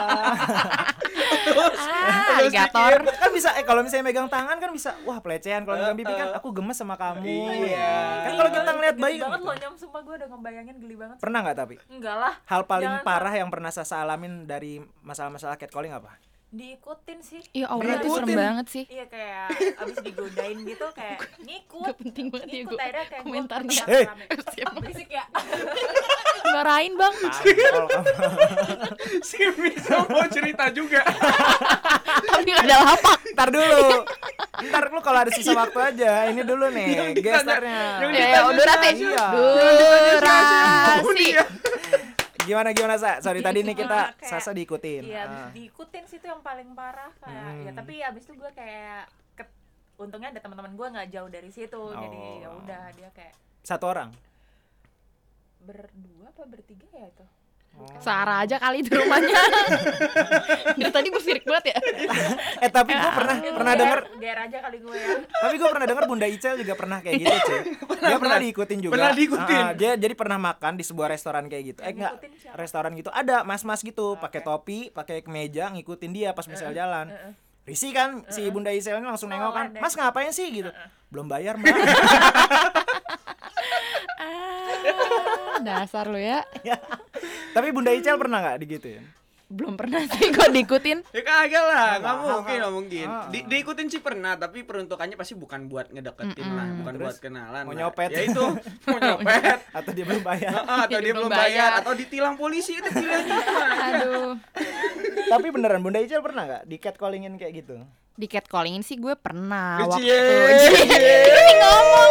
Ah, alligator. Kan bisa eh kalau misalnya megang tangan kan bisa wah pelecehan, kalau megang pipi kan aku gemes sama kamu. Iya. Kan kalau kita ngeliat Geli bayi banget lo, Nyam, sumpah gue udah ngebayangin geli banget. pernah nggak tapi Enggak lah, hal paling Jangan parah yang pernah Sasa alamin dari masalah-masalah catcalling apa? diikutin sih. Iya, Allah itu serem Diikutin. banget sih. Iya, kayak abis digodain gitu kayak ngikut. Gak penting banget ya Ngikut gue akhirnya kayak komentarnya. gue Eh. berisik ya. Marahin bang. Tampol kamu. Si Misal mau cerita juga. Tapi gak ada lapak. Ntar dulu. Ntar lu kalau ada sisa waktu aja. Ini dulu nih gesternya. yang Ya ya durasi. Iya. Durasi. Gimana gimana Sa? Sorry tadi nih kita Kayak- Sasa diikutin. Iya, abis Ah. diikutin sih itu yang paling parah kayak. Hmm. Ya tapi abis itu gue kayak ke- untungnya ada teman-teman gue nggak jauh dari situ. Jadi Oh. ya udah dia kayak Satu orang. berdua apa bertiga ya itu. Sarah aja kali di rumahnya. Dari tadi gue sirik banget ya. Eh tapi gue pernah pernah Ger- denger ger aja kali gue ya. Tapi gue pernah denger Bunda Icel juga pernah kayak gitu cuy. Dia pernah diikutin juga. Pernah diikutin. Ah, dia jadi pernah makan di sebuah restoran kayak gitu. Eh Yang enggak, ngikutin siapa? restoran gitu. Ada mas-mas gitu, pakai topi, pakai kemeja, ngikutin dia pas misal jalan. Heeh. Risih kan si Bunda Icel ini langsung nengok kan. Soalnya Mas ngapain sih gitu? Belum bayar, Mbak. Ah, dasar lu ya. Tapi Bunda Icel pernah enggak digituin? Belum pernah sih gue diikutin. Ya kagak lah, nggak Nggak, mungkin, hal-hal. nggak mungkin. Ah. Di, diikutin sih pernah, tapi peruntukannya pasti bukan buat ngedeketin lah, bukan Terus? buat kenalan. Mau lah. nyopet. Ya itu, mau nyopet. Atau dia belum bayar? Ah, atau dia belum bayar, atau ditilang polisi, itu pilihannya itu aja. Aduh. Tapi beneran Bunda Icel pernah enggak di catcallingin kayak gitu? Di catcallingin sih gue pernah Cie, waktu cie. Ini ngomong.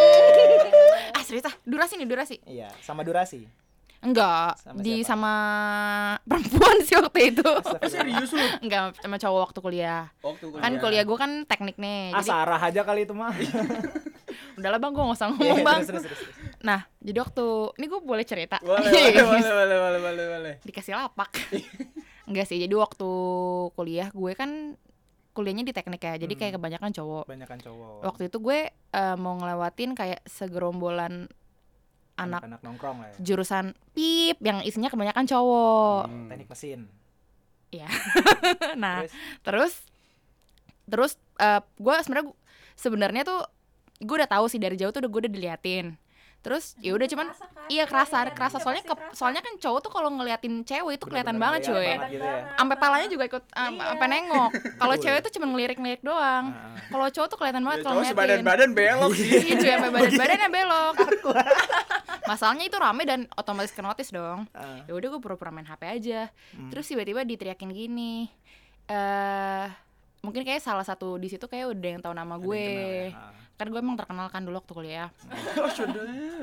Ah serius ah, durasi nih durasi. Iya, sama durasi. Enggak, Sama di siapa? sama perempuan sih waktu itu. Oh, serius lu? Enggak, sama cowok waktu kuliah. Waktu kuliah. Kan kuliah gue kan teknik nih. Ah, Jadi Sarah aja kali itu mah. udahlah bang, gue gak usah Iya, ngomong bang. terus, terus, terus, terus. Nah, jadi waktu ini gue boleh cerita. Boleh, boleh, boleh, boleh, boleh, boleh, boleh. Dikasih lapak. Enggak sih, jadi waktu kuliah gue kan kuliahnya di teknik ya. Jadi kayak kebanyakan cowok. Banyakan cowok. Waktu itu gue eh, mau ngelewatin kayak segerombolan anak anak nongkrong lah ya. jurusan pip yang isinya kebanyakan cowok. Hmm. Teknik mesin. Iya. Nah, Terus? terus terus eh, gue sebenarnya sebenarnya tuh gue udah tahu sih dari jauh tuh udah gue udah diliatin. Terus ya udah cuman Kerasa kan? iya kerasa Iya, kerasa iya, soalnya pasti ke- kerasa. soalnya kan cowok tuh kalau ngeliatin cewek itu kelihatan Bener-bener banget kelihatan cuy. banget gitu ya. Sampai palanya juga ikut um, Iya. sampai nengok. Kalau Betul. cewek tuh cuma ngelirik-ngelirik doang. Ah. Kalau cowok tuh kelihatan banget Ya, kalau cowok ngeliatin. sebadan-badan belok sih. Iya cuy, sampai badan-badannya belok. Masalahnya itu rame dan otomatis ke notice dong. Ah. Ya udah gue pura-pura main H P aja. Hmm. Terus tiba-tiba diteriakin gini. Eh mungkin kayak salah satu di situ kayak udah yang tahu nama Ada gue. yang kenal ya. Ah. Kan gue emang terkenal kan dulu waktu kuliah. Oh, sudah.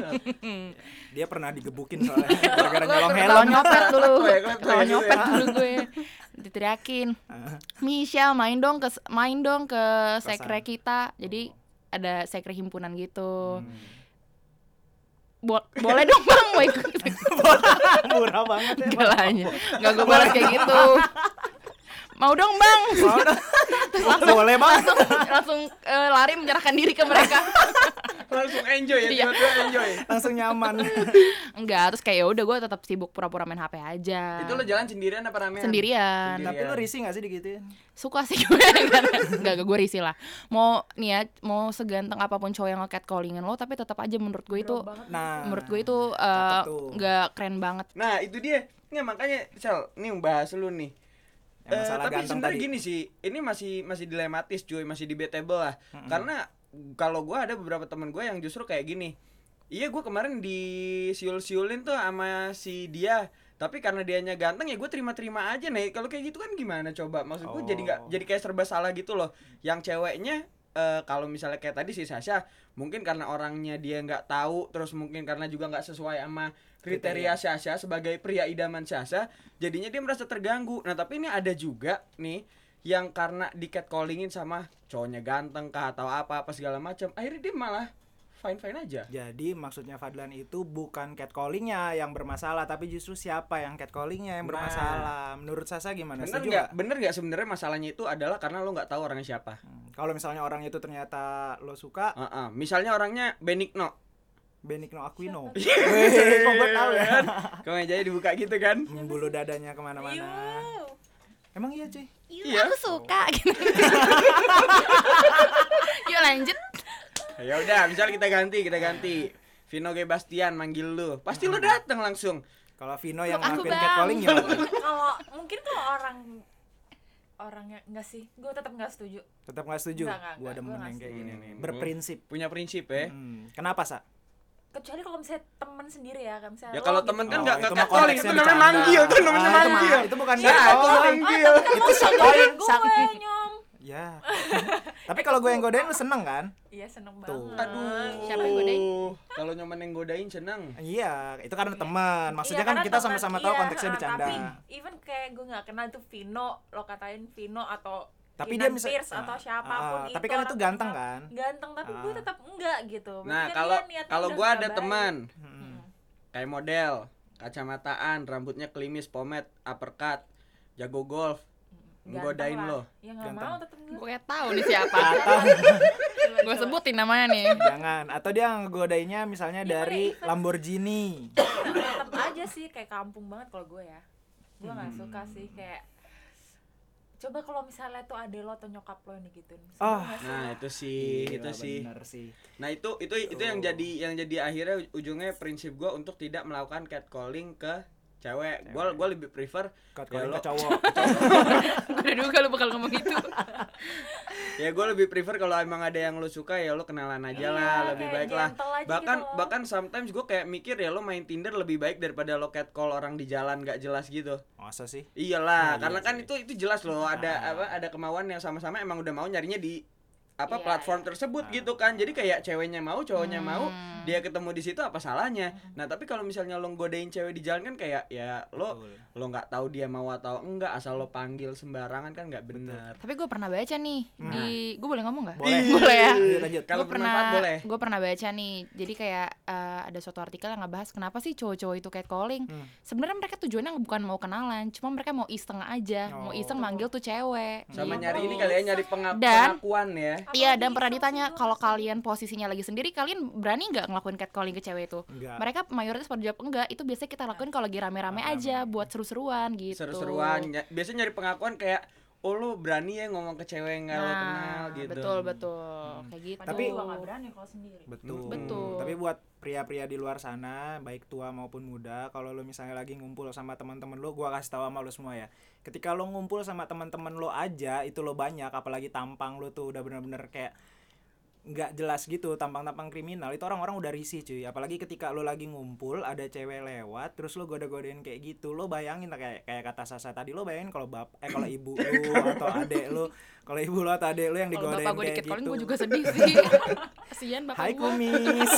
Dia pernah digebukin soalnya gara-gara Gue nyolong kalau helm. nyopet dulu. Klepto ya, klepto Kalau ya, gitu nyopet ya. dulu gue. Diteriakin. Michelle main dong ke main dong ke sekre kita. Jadi ada sekre himpunan gitu. Bo- boleh dong bang mau ikut. Murah banget ya. Enggak lah hanya. Enggak gue balas kayak gitu. Mau dong bang. Terus langsung Boleh banget. langsung, langsung eh, lari menyerahkan diri ke mereka. Langsung enjoy ya, Iya. tiba-tiba enjoy. Langsung nyaman. Enggak, terus kayak ya udah gue tetap sibuk pura-pura main H P aja. Itu lo jalan sendirian apa ramean? sendirian. Sendiri. Tapi lu risih gak sih digituin? Suka sih gue. Enggak, gue risih lah. Mau nih ya, mau seganteng apapun cowok yang nge-catcallingin lo, tapi tetap aja menurut gue itu Nah, menurut gue itu eh, cakep tuh. nggak keren banget. Nah, itu dia. Nggak, makanya Sel, nih bahas lu nih. Yang Eh, masalah tapi ganteng sebenarnya tadi. gini sih, ini masih masih dilematis cuy, masih debatable lah. Karena kalau gua ada beberapa teman gue yang justru kayak gini. Iya, gue kemarin disiul-siulin tuh sama si dia, tapi karena dianya ganteng ya gue terima-terima aja nih. Kalau kayak gitu kan gimana coba? Maksud gue jadi nggak Oh. jadi kayak serba salah gitu loh. Yang ceweknya eh, kalau misalnya kayak tadi si Sasha, mungkin karena orangnya dia nggak tahu, terus mungkin karena juga nggak sesuai sama kriteria Sasha sebagai pria idaman Sasha, jadinya dia merasa terganggu. Nah tapi ini ada juga nih yang karena di catcallingin sama cowoknya ganteng kah atau apa apa segala macam, akhirnya dia malah fine fine aja. Jadi maksudnya Fadlan itu bukan catcallingnya yang bermasalah, tapi justru siapa yang catcallingnya yang Nah. bermasalah. Menurut Sasa gimana? Bener Setuju nggak? nggak? Bener nggak sebenarnya masalahnya itu adalah karena lo nggak tahu orangnya siapa. Hmm, Kalau misalnya orang itu ternyata lo suka, Uh-uh. Misalnya orangnya Benigno. Benigno Aquino. Iya. Wih, kok gue tahu ya? Kau aja dibuka gitu kan? Hmm, Bulu dadanya kemana-mana. Yuh. Emang iya cuy? Iya. Aku suka gitu. Yuk lanjut. Ya udah, misal kita ganti, kita ganti. Vino G. Bastian manggil lu, pasti lu datang langsung. Kalau Vino yang Aku, ngelakuin Bang. catcalling gimana? Kalau mungkin kalau orang orangnya enggak sih, gue tetap nggak setuju. Tetap nggak setuju? Enggak, enggak, Gua enggak. demen Gua yang nggak kayak gini setuju. nih. Berprinsip. Punya prinsip ya. Hmm. Kenapa, Sa? Kecuali kalau misalnya temen sendiri ya, kan misalnya Ya lo kalau gitu. temen kan Oh, nggak itu nggak mah catcalling, itu konteksnya namanya bercanda. manggil, itu namanya Ah, itu mah- manggil. itu bukan Nah, itu catcalling. manggil. Itu Godain catcalling. gue Sa- nyom. Ya. Tapi kalau gue yang godain lu seneng kan? Iya seneng Tuh. banget. Aduh. Siapa yang godain? Kalau nyoman yang godain seneng. Iya, itu karena teman. Maksudnya Iya, kan karena kita temen, sama-sama tahu iya, konteksnya ah, bercanda. Tapi even kayak gue nggak kenal itu Vino, lo katain Vino atau Tapi Keenan dia bisa- Pierce atau ah, siapapun ah, itu. tapi kan itu orang ganteng kenal. kan? Ganteng tapi gue Ah. tetap enggak gitu. Nah, Berarti kan kalau dia niatnya kalau udah gua nggak ada baik. teman Hmm. kayak model, kacamataan, rambutnya klimis, pomade, uppercut, jago golf, Ganteng nggodain lah. lo. Ya nggak Ganteng. mau tetap gue. Gue kayak tahu nih siapa. Gue sebutin namanya nih. Jangan. Atau dia ngegodainnya misalnya Iya, dari makanya even- Lamborghini. Tetap aja sih kayak kampung banget kalau gue ya. Gue nggak suka sih kayak. Coba kalau misalnya tuh ade lo atau nyokap lo yang digituin. Sebel Oh. nggak sih? Nah, itu sih, Gila, itu sih. bener sih. Nah, itu itu itu yang jadi yang jadi akhirnya ujungnya prinsip gua untuk tidak melakukan catcalling ke cewek. Gua gua lebih prefer Catcalling ya ke lo- cowok. Gue udah duga lu bakal ngomong gitu. ya gue lebih prefer kalau emang ada yang lo suka ya lo kenalan aja Iya, lah, lebih kayak baik lah. gentle aja Bahkan gitu loh. bahkan sometimes gue kayak mikir ya lo main Tinder lebih baik daripada lo catcall orang di jalan gak jelas gitu. Masa sih? Iyalah, Oh, iya karena kan sih. itu itu jelas loh ada Ah. apa ada kemauan yang sama-sama emang udah mau nyarinya di apa Iya, platform iya. tersebut Ah. gitu kan. Jadi kayak ceweknya mau, cowoknya mau, Hmm. dia ketemu di situ apa salahnya. Nah, tapi kalau misalnya lo godain cewek di jalan kan kayak ya lo Betul. lo nggak tahu dia mau atau enggak asal lo panggil sembarangan kan nggak benar. Tapi gue pernah baca nih di, gue boleh ngomong nggak? Boleh. Boleh ya. Iya, lanjut. Kalau Gue pernah, bermanfaat boleh. gue pernah baca nih. Jadi kayak eh, ada suatu artikel yang ngebahas kenapa sih cowok-cowok itu catcalling. Hmm. Sebenarnya mereka tujuannya bukan mau kenalan, cuma mereka mau iseng aja, mau Oh. iseng manggil tuh cewek. Sama Gitu. nyari ini kali ya nyari pengaku- Dan- pengakuan ya. Iya, Apalagi dan pernah iseng ditanya sih, gua kalau nggak kalian posisinya lagi sendiri, kalian berani nggak ngelakuin catcalling ke cewek itu? Enggak. Mereka mayoritas pada jawab enggak. Itu biasanya kita lakuin kalau lagi rame-rame Rame-rame. aja buat seru-seruan gitu. Seru-seruan. Ny- Biasanya nyari pengakuan kayak oh lo berani ya ngomong ke cewek yang nggak lo kenal Nah, gitu. betul betul. Kayak gitu. Padahal Tapi- gue nggak berani kalau sendiri. Betul. Betul. Tapi buat pria-pria di luar sana, baik tua maupun muda, kalau lo misalnya lagi ngumpul sama teman-teman lo, gua kasih tahu sama lo semua ya. Ketika lo ngumpul sama teman-teman lo aja, itu lo banyak, apalagi tampang lo tuh udah bener-bener kayak nggak jelas gitu, tampang-tampang kriminal, itu orang-orang udah risih cuy. Apalagi ketika lo lagi ngumpul ada cewek lewat terus lo goda-godain kayak gitu, lo bayangin lah kayak kayak kata Sasa tadi, lo bayangin kalau bap eh kalau ibu lo atau adek lo, kalau ibu lo atau adek lo yang Kalau digodain bapak gue di kayak catcalling gitu. gue juga sedih sih. Kasian bapak Hai gue. kumis.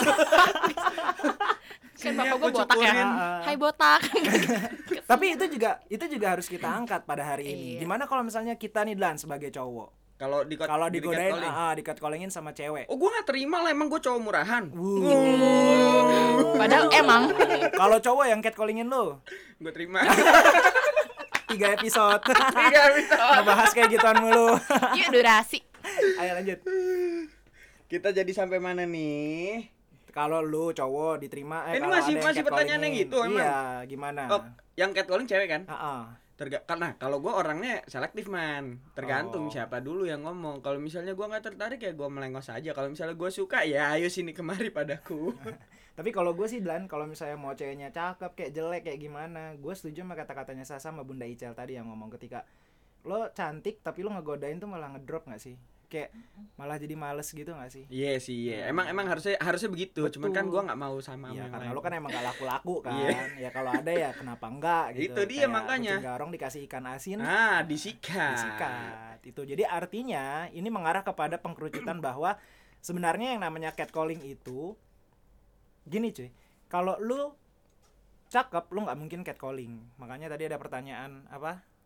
Kan Sini bapak aku gue botak ya. cukurin. Hai botak. Tapi itu juga itu juga harus kita angkat pada hari ini. Iya. Gimana kalau misalnya kita nih Dan sebagai cowok, Kalau di kalau di digodain, catcalling. ah, ah, di-catcallingin sama cewek. Oh gue nggak terima lah, emang gue cowok murahan. Padahal emang Kalau cowok yang catcallingin lo, Gue terima. tiga episode Tiga bisa. ngebahas kayak gituan mulu. yuk durasi. Ayo lanjut. Kita jadi sampai mana nih? Kalau lu cowok diterima eh Ini kalau masih- ada yang masih pertanyaan yang catcallingin. gitu, emang? Iya, gimana? Oh, yang catcalling cewek kan? Ah, ah. Terga karena kalau gue orangnya selektif man, tergantung Oh. siapa dulu yang ngomong. Kalau misalnya gue nggak tertarik ya gue melengos aja. Kalau misalnya gue suka ya ayo sini kemari padaku. Tapi kalau gue sih Dan, kalau misalnya mau ceweknya cakep kayak jelek kayak gimana, gue setuju sama kata-katanya Sasa sama Bunda Icel tadi yang ngomong ketika lo cantik tapi lo ngegodain tuh malah ngedrop nggak sih? Kayak malah jadi males gitu nggak sih? Iya sih, iya. Emang emang harusnya harusnya begitu. Cuman kan Betul. gue nggak mau sama Iya, yang karena lain. lo kan emang gak laku-laku kan. Iya. Ya kalau ada ya kenapa enggak gitu. Itu dia Kayak makanya. kucing garong dikasih ikan asin, Ah, disikat. disikat. Itu. Jadi artinya ini mengarah kepada pengkerucutan bahwa sebenarnya yang namanya catcalling itu gini cuy. Kalau lu cakep, lu nggak mungkin catcalling. Makanya tadi ada pertanyaan apa?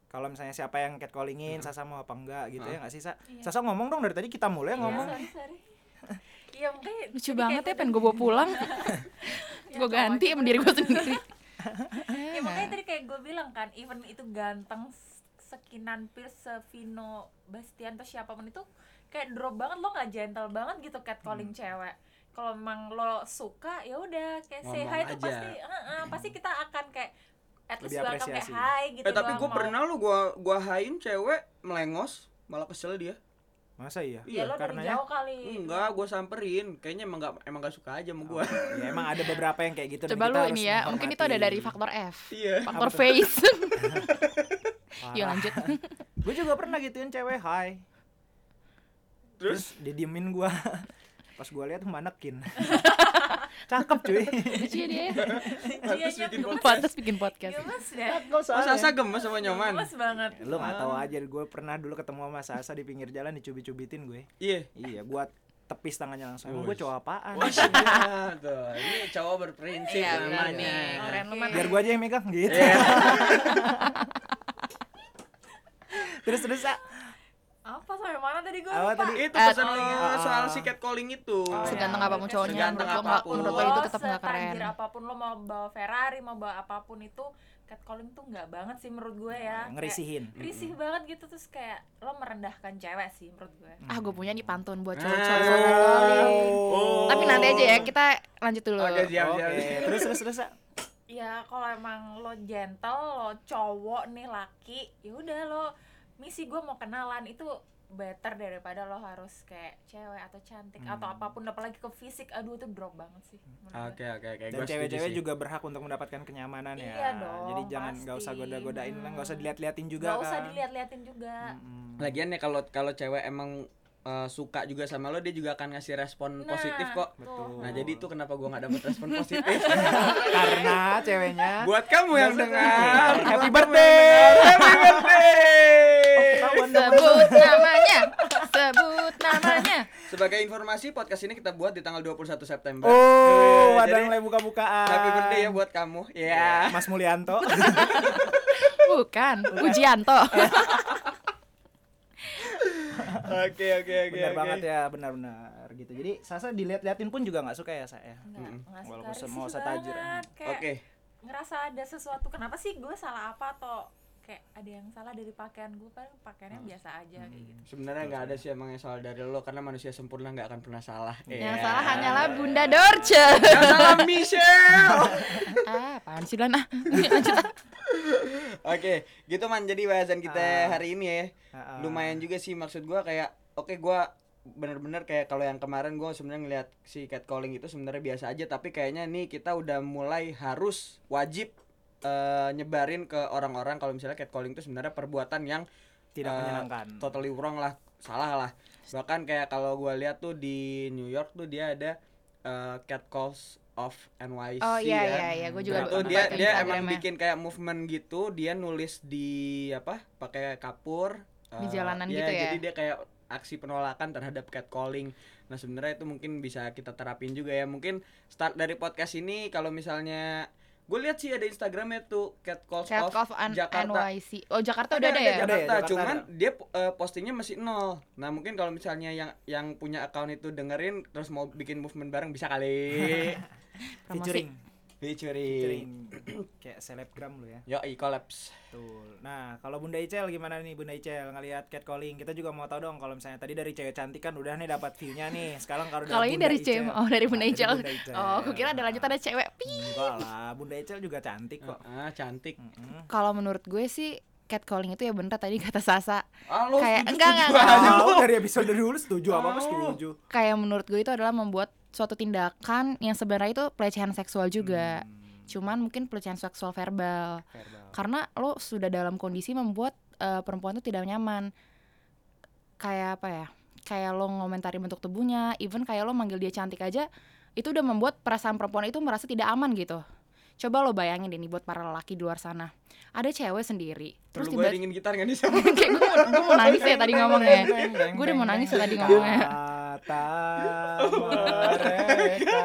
kalau misalnya siapa yang catcallingin, Sasa mau apa enggak gitu ya nggak sih, Sa? Iya. Sasa ngomong dong dari tadi kita mulai Iya, ngomong. sorry sorry. Iya mungkin Lucu banget ya, pengen gue bawa pulang. Gue ganti sama diri gue sendiri. Ya makanya tadi kayak gue bilang kan, even itu ganteng sekinan Pierce, Sevino, Bastian atau siapapun itu kayak drop banget, lo nggak gentle banget gitu catcalling hmm. cewek. Kalau memang lo suka ya udah kayak say hi itu pasti, uh, uh, pasti kita akan kayak at least welcome kayak hi gitu. Eh tapi gue pernah lo gua gua hain cewek melengos, malah kesel dia. Masa iya? Iya, lo dari jauh kali. Enggak, gue samperin. Kayaknya emang gak, emang gak suka aja sama gue. Oh, ya emang ada beberapa yang kayak gitu. Coba lu ini ya, mungkin itu ada dari faktor F. Iya. Faktor face. Yuk lanjut. Gue juga pernah gituin cewek, hai. Terus, Terus didiemin gue. Pas gue lihat manekin. Cakep cuy. Lucu ya dia. Pantes bikin podcast. Pantes bikin podcast. Gemes deh. Oh, Sasa gemes sama Nyoman. Gemes banget. Lu nggak tahu aja, gue pernah dulu ketemu sama Sasa di pinggir jalan dicubit-cubitin gue. Iya. Iya, gue tepis tangannya langsung. Emang gue cowok apaan? Wah, iya tuh. Ini cowok berprinsip Iya, namanya. keren lu mah. Biar gue aja yang megang gitu. terus terus Sa. Apa sampai mana tadi gue Apa lupa? tadi? Itu pesan Uh, lo uh, soal si catcalling itu. Oh, Seganteng ya. apapun cowoknya, Seganteng menurut lo nggak, apapun. menurut lo itu tetap nggak keren. Setajir apapun lo mau bawa Ferrari, mau bawa apapun itu, catcalling tuh nggak banget sih menurut gue ya. Ngerisihin. Kayak risih banget gitu, terus kayak lo merendahkan cewek sih menurut gue. Ah, gue punya nih pantun buat Ah. cowok-cowok yang catcalling. Oh. Tapi nanti aja ya, kita lanjut dulu. Oke, siap, Oke, siap. terus terus terus Sa. Ya kalau emang lo gentle, lo cowok nih laki, ya udah lo misi gue mau kenalan itu better daripada lo harus kayak cewek atau cantik hmm. atau apapun, apalagi ke fisik. Aduh itu drop banget sih. Oke oke oke. Dan cewek-cewek juga berhak untuk mendapatkan kenyamanan ya. Iya dong, Jadi jangan pasti. nggak usah goda-godain lah, nggak usah dilihat-liatin juga Gak kan. usah dilihat-liatin juga. Mm-mm. Lagian ya kalau kalau cewek emang uh, suka juga sama lo, dia juga akan ngasih respon Nah, positif kok. Betul. Nah jadi itu kenapa gue nggak dapet respon positif. Karena ceweknya Buat kamu yang dengar, Happy buat kamu birthday. yang dengar, Happy birthday. Sebut namanya, sebut namanya. Sebagai informasi, podcast ini kita buat di tanggal dua puluh satu September. Oh, Eh, ada jadi, mulai buka-bukaan. Happy birthday ya buat kamu. Ya. Mas Mulyanto. Bukan, Pujianto. Oke oke oke. Benar oke. banget ya, benar-benar gitu. Jadi Sasa dilihat-liatin pun juga nggak suka ya, saya. Enggak, enggak suka, Walaupun risih mau setajir. banget. Kayak Oke. ngerasa ada sesuatu, kenapa sih gue salah apa atau kayak ada yang salah dari pakaian gue, padahal pakaiannya biasa aja kayak gitu. Sebenarnya nggak ada sih emang yang salah dari lo, karena manusia sempurna nggak akan pernah salah. Yang Iya. salah hanyalah Bunda Dorce. Yang salah Michelle. Ah, apaan sih Lan? Ah, lanjut. Oke, gitu man. Jadi bahasan kita Ah. hari ini ya, Ah, ah. lumayan juga sih, maksud gua kayak, oke gua bener-bener kayak kalau yang kemarin gua sebenarnya ngeliat si catcalling itu sebenarnya biasa aja, tapi kayaknya nih kita udah mulai harus wajib uh, nyebarin ke orang-orang kalau misalnya catcalling itu sebenarnya perbuatan yang Tidak uh, menyenangkan. totally wrong lah, salah lah. Bahkan kayak kalau gua lihat tuh di New York tuh dia ada uh, catcalls of N Y C. Oh iya ya. iya iya, gue juga Nah, tuh nonton dia di dia Instagramnya. emang bikin kayak movement gitu, dia nulis di apa pakai kapur Di eh, jalanan gitu ya? Jadi dia kayak aksi penolakan terhadap catcalling. Nah sebenarnya itu mungkin bisa kita terapin juga ya. Mungkin start dari podcast ini kalau misalnya gue lihat sih ada Instagramnya tuh catcalls Cat of of N- Jakarta. NYC. Oh, Jakarta udah ada ya? Ada ya, Jakarta, Jakarta cuman ada. dia uh, postingnya masih nol. Nah mungkin kalau misalnya yang yang punya account itu dengerin terus mau bikin movement bareng bisa kali. Featuring. Featuring. Featuring. Kayak selebgram lu ya. Yo, collapse. Betul. Nah, kalau Bunda Icel gimana nih Bunda Icel ngelihat catcalling? Kita juga mau tahu dong kalau misalnya tadi dari cewek cantik kan udah nih dapat view-nya nih. Sekarang kalau Kalau ini dari cewek, oh dari Bunda Nah, Icel. Bunda Icel. Oh, gue kira ada lanjutan ada cewek. Pi. Enggak lah, Bunda Icel juga cantik kok. Ah, cantik. Mm-mm. Kalau menurut gue sih catcalling itu ya bener tadi kata Sasa. Ah, lo Kayak setuju- enggak enggak setuju enggak. aja Tahu lo. dari episode dulu setuju apa-apa Oh. setuju. Kayak menurut gue itu adalah membuat suatu tindakan yang sebenarnya itu pelecehan seksual juga. Hmm, Cuman mungkin pelecehan seksual verbal. verbal. Karena lo sudah dalam kondisi membuat uh, perempuan itu tidak nyaman. Kayak apa ya? Kayak lo ngomentari bentuk tubuhnya, even kayak lo manggil dia cantik aja, itu udah membuat perasaan perempuan itu merasa tidak aman gitu. Coba lo bayangin deh nih buat para lelaki di luar sana. Ada cewek sendiri, terus Perlu gue tiba dingin gitar nggak nih sama? kayak gue mau, gue mau nangis ya tadi ngomongnya. Gue udah mau nangis ya tadi ngomongnya. Kata mereka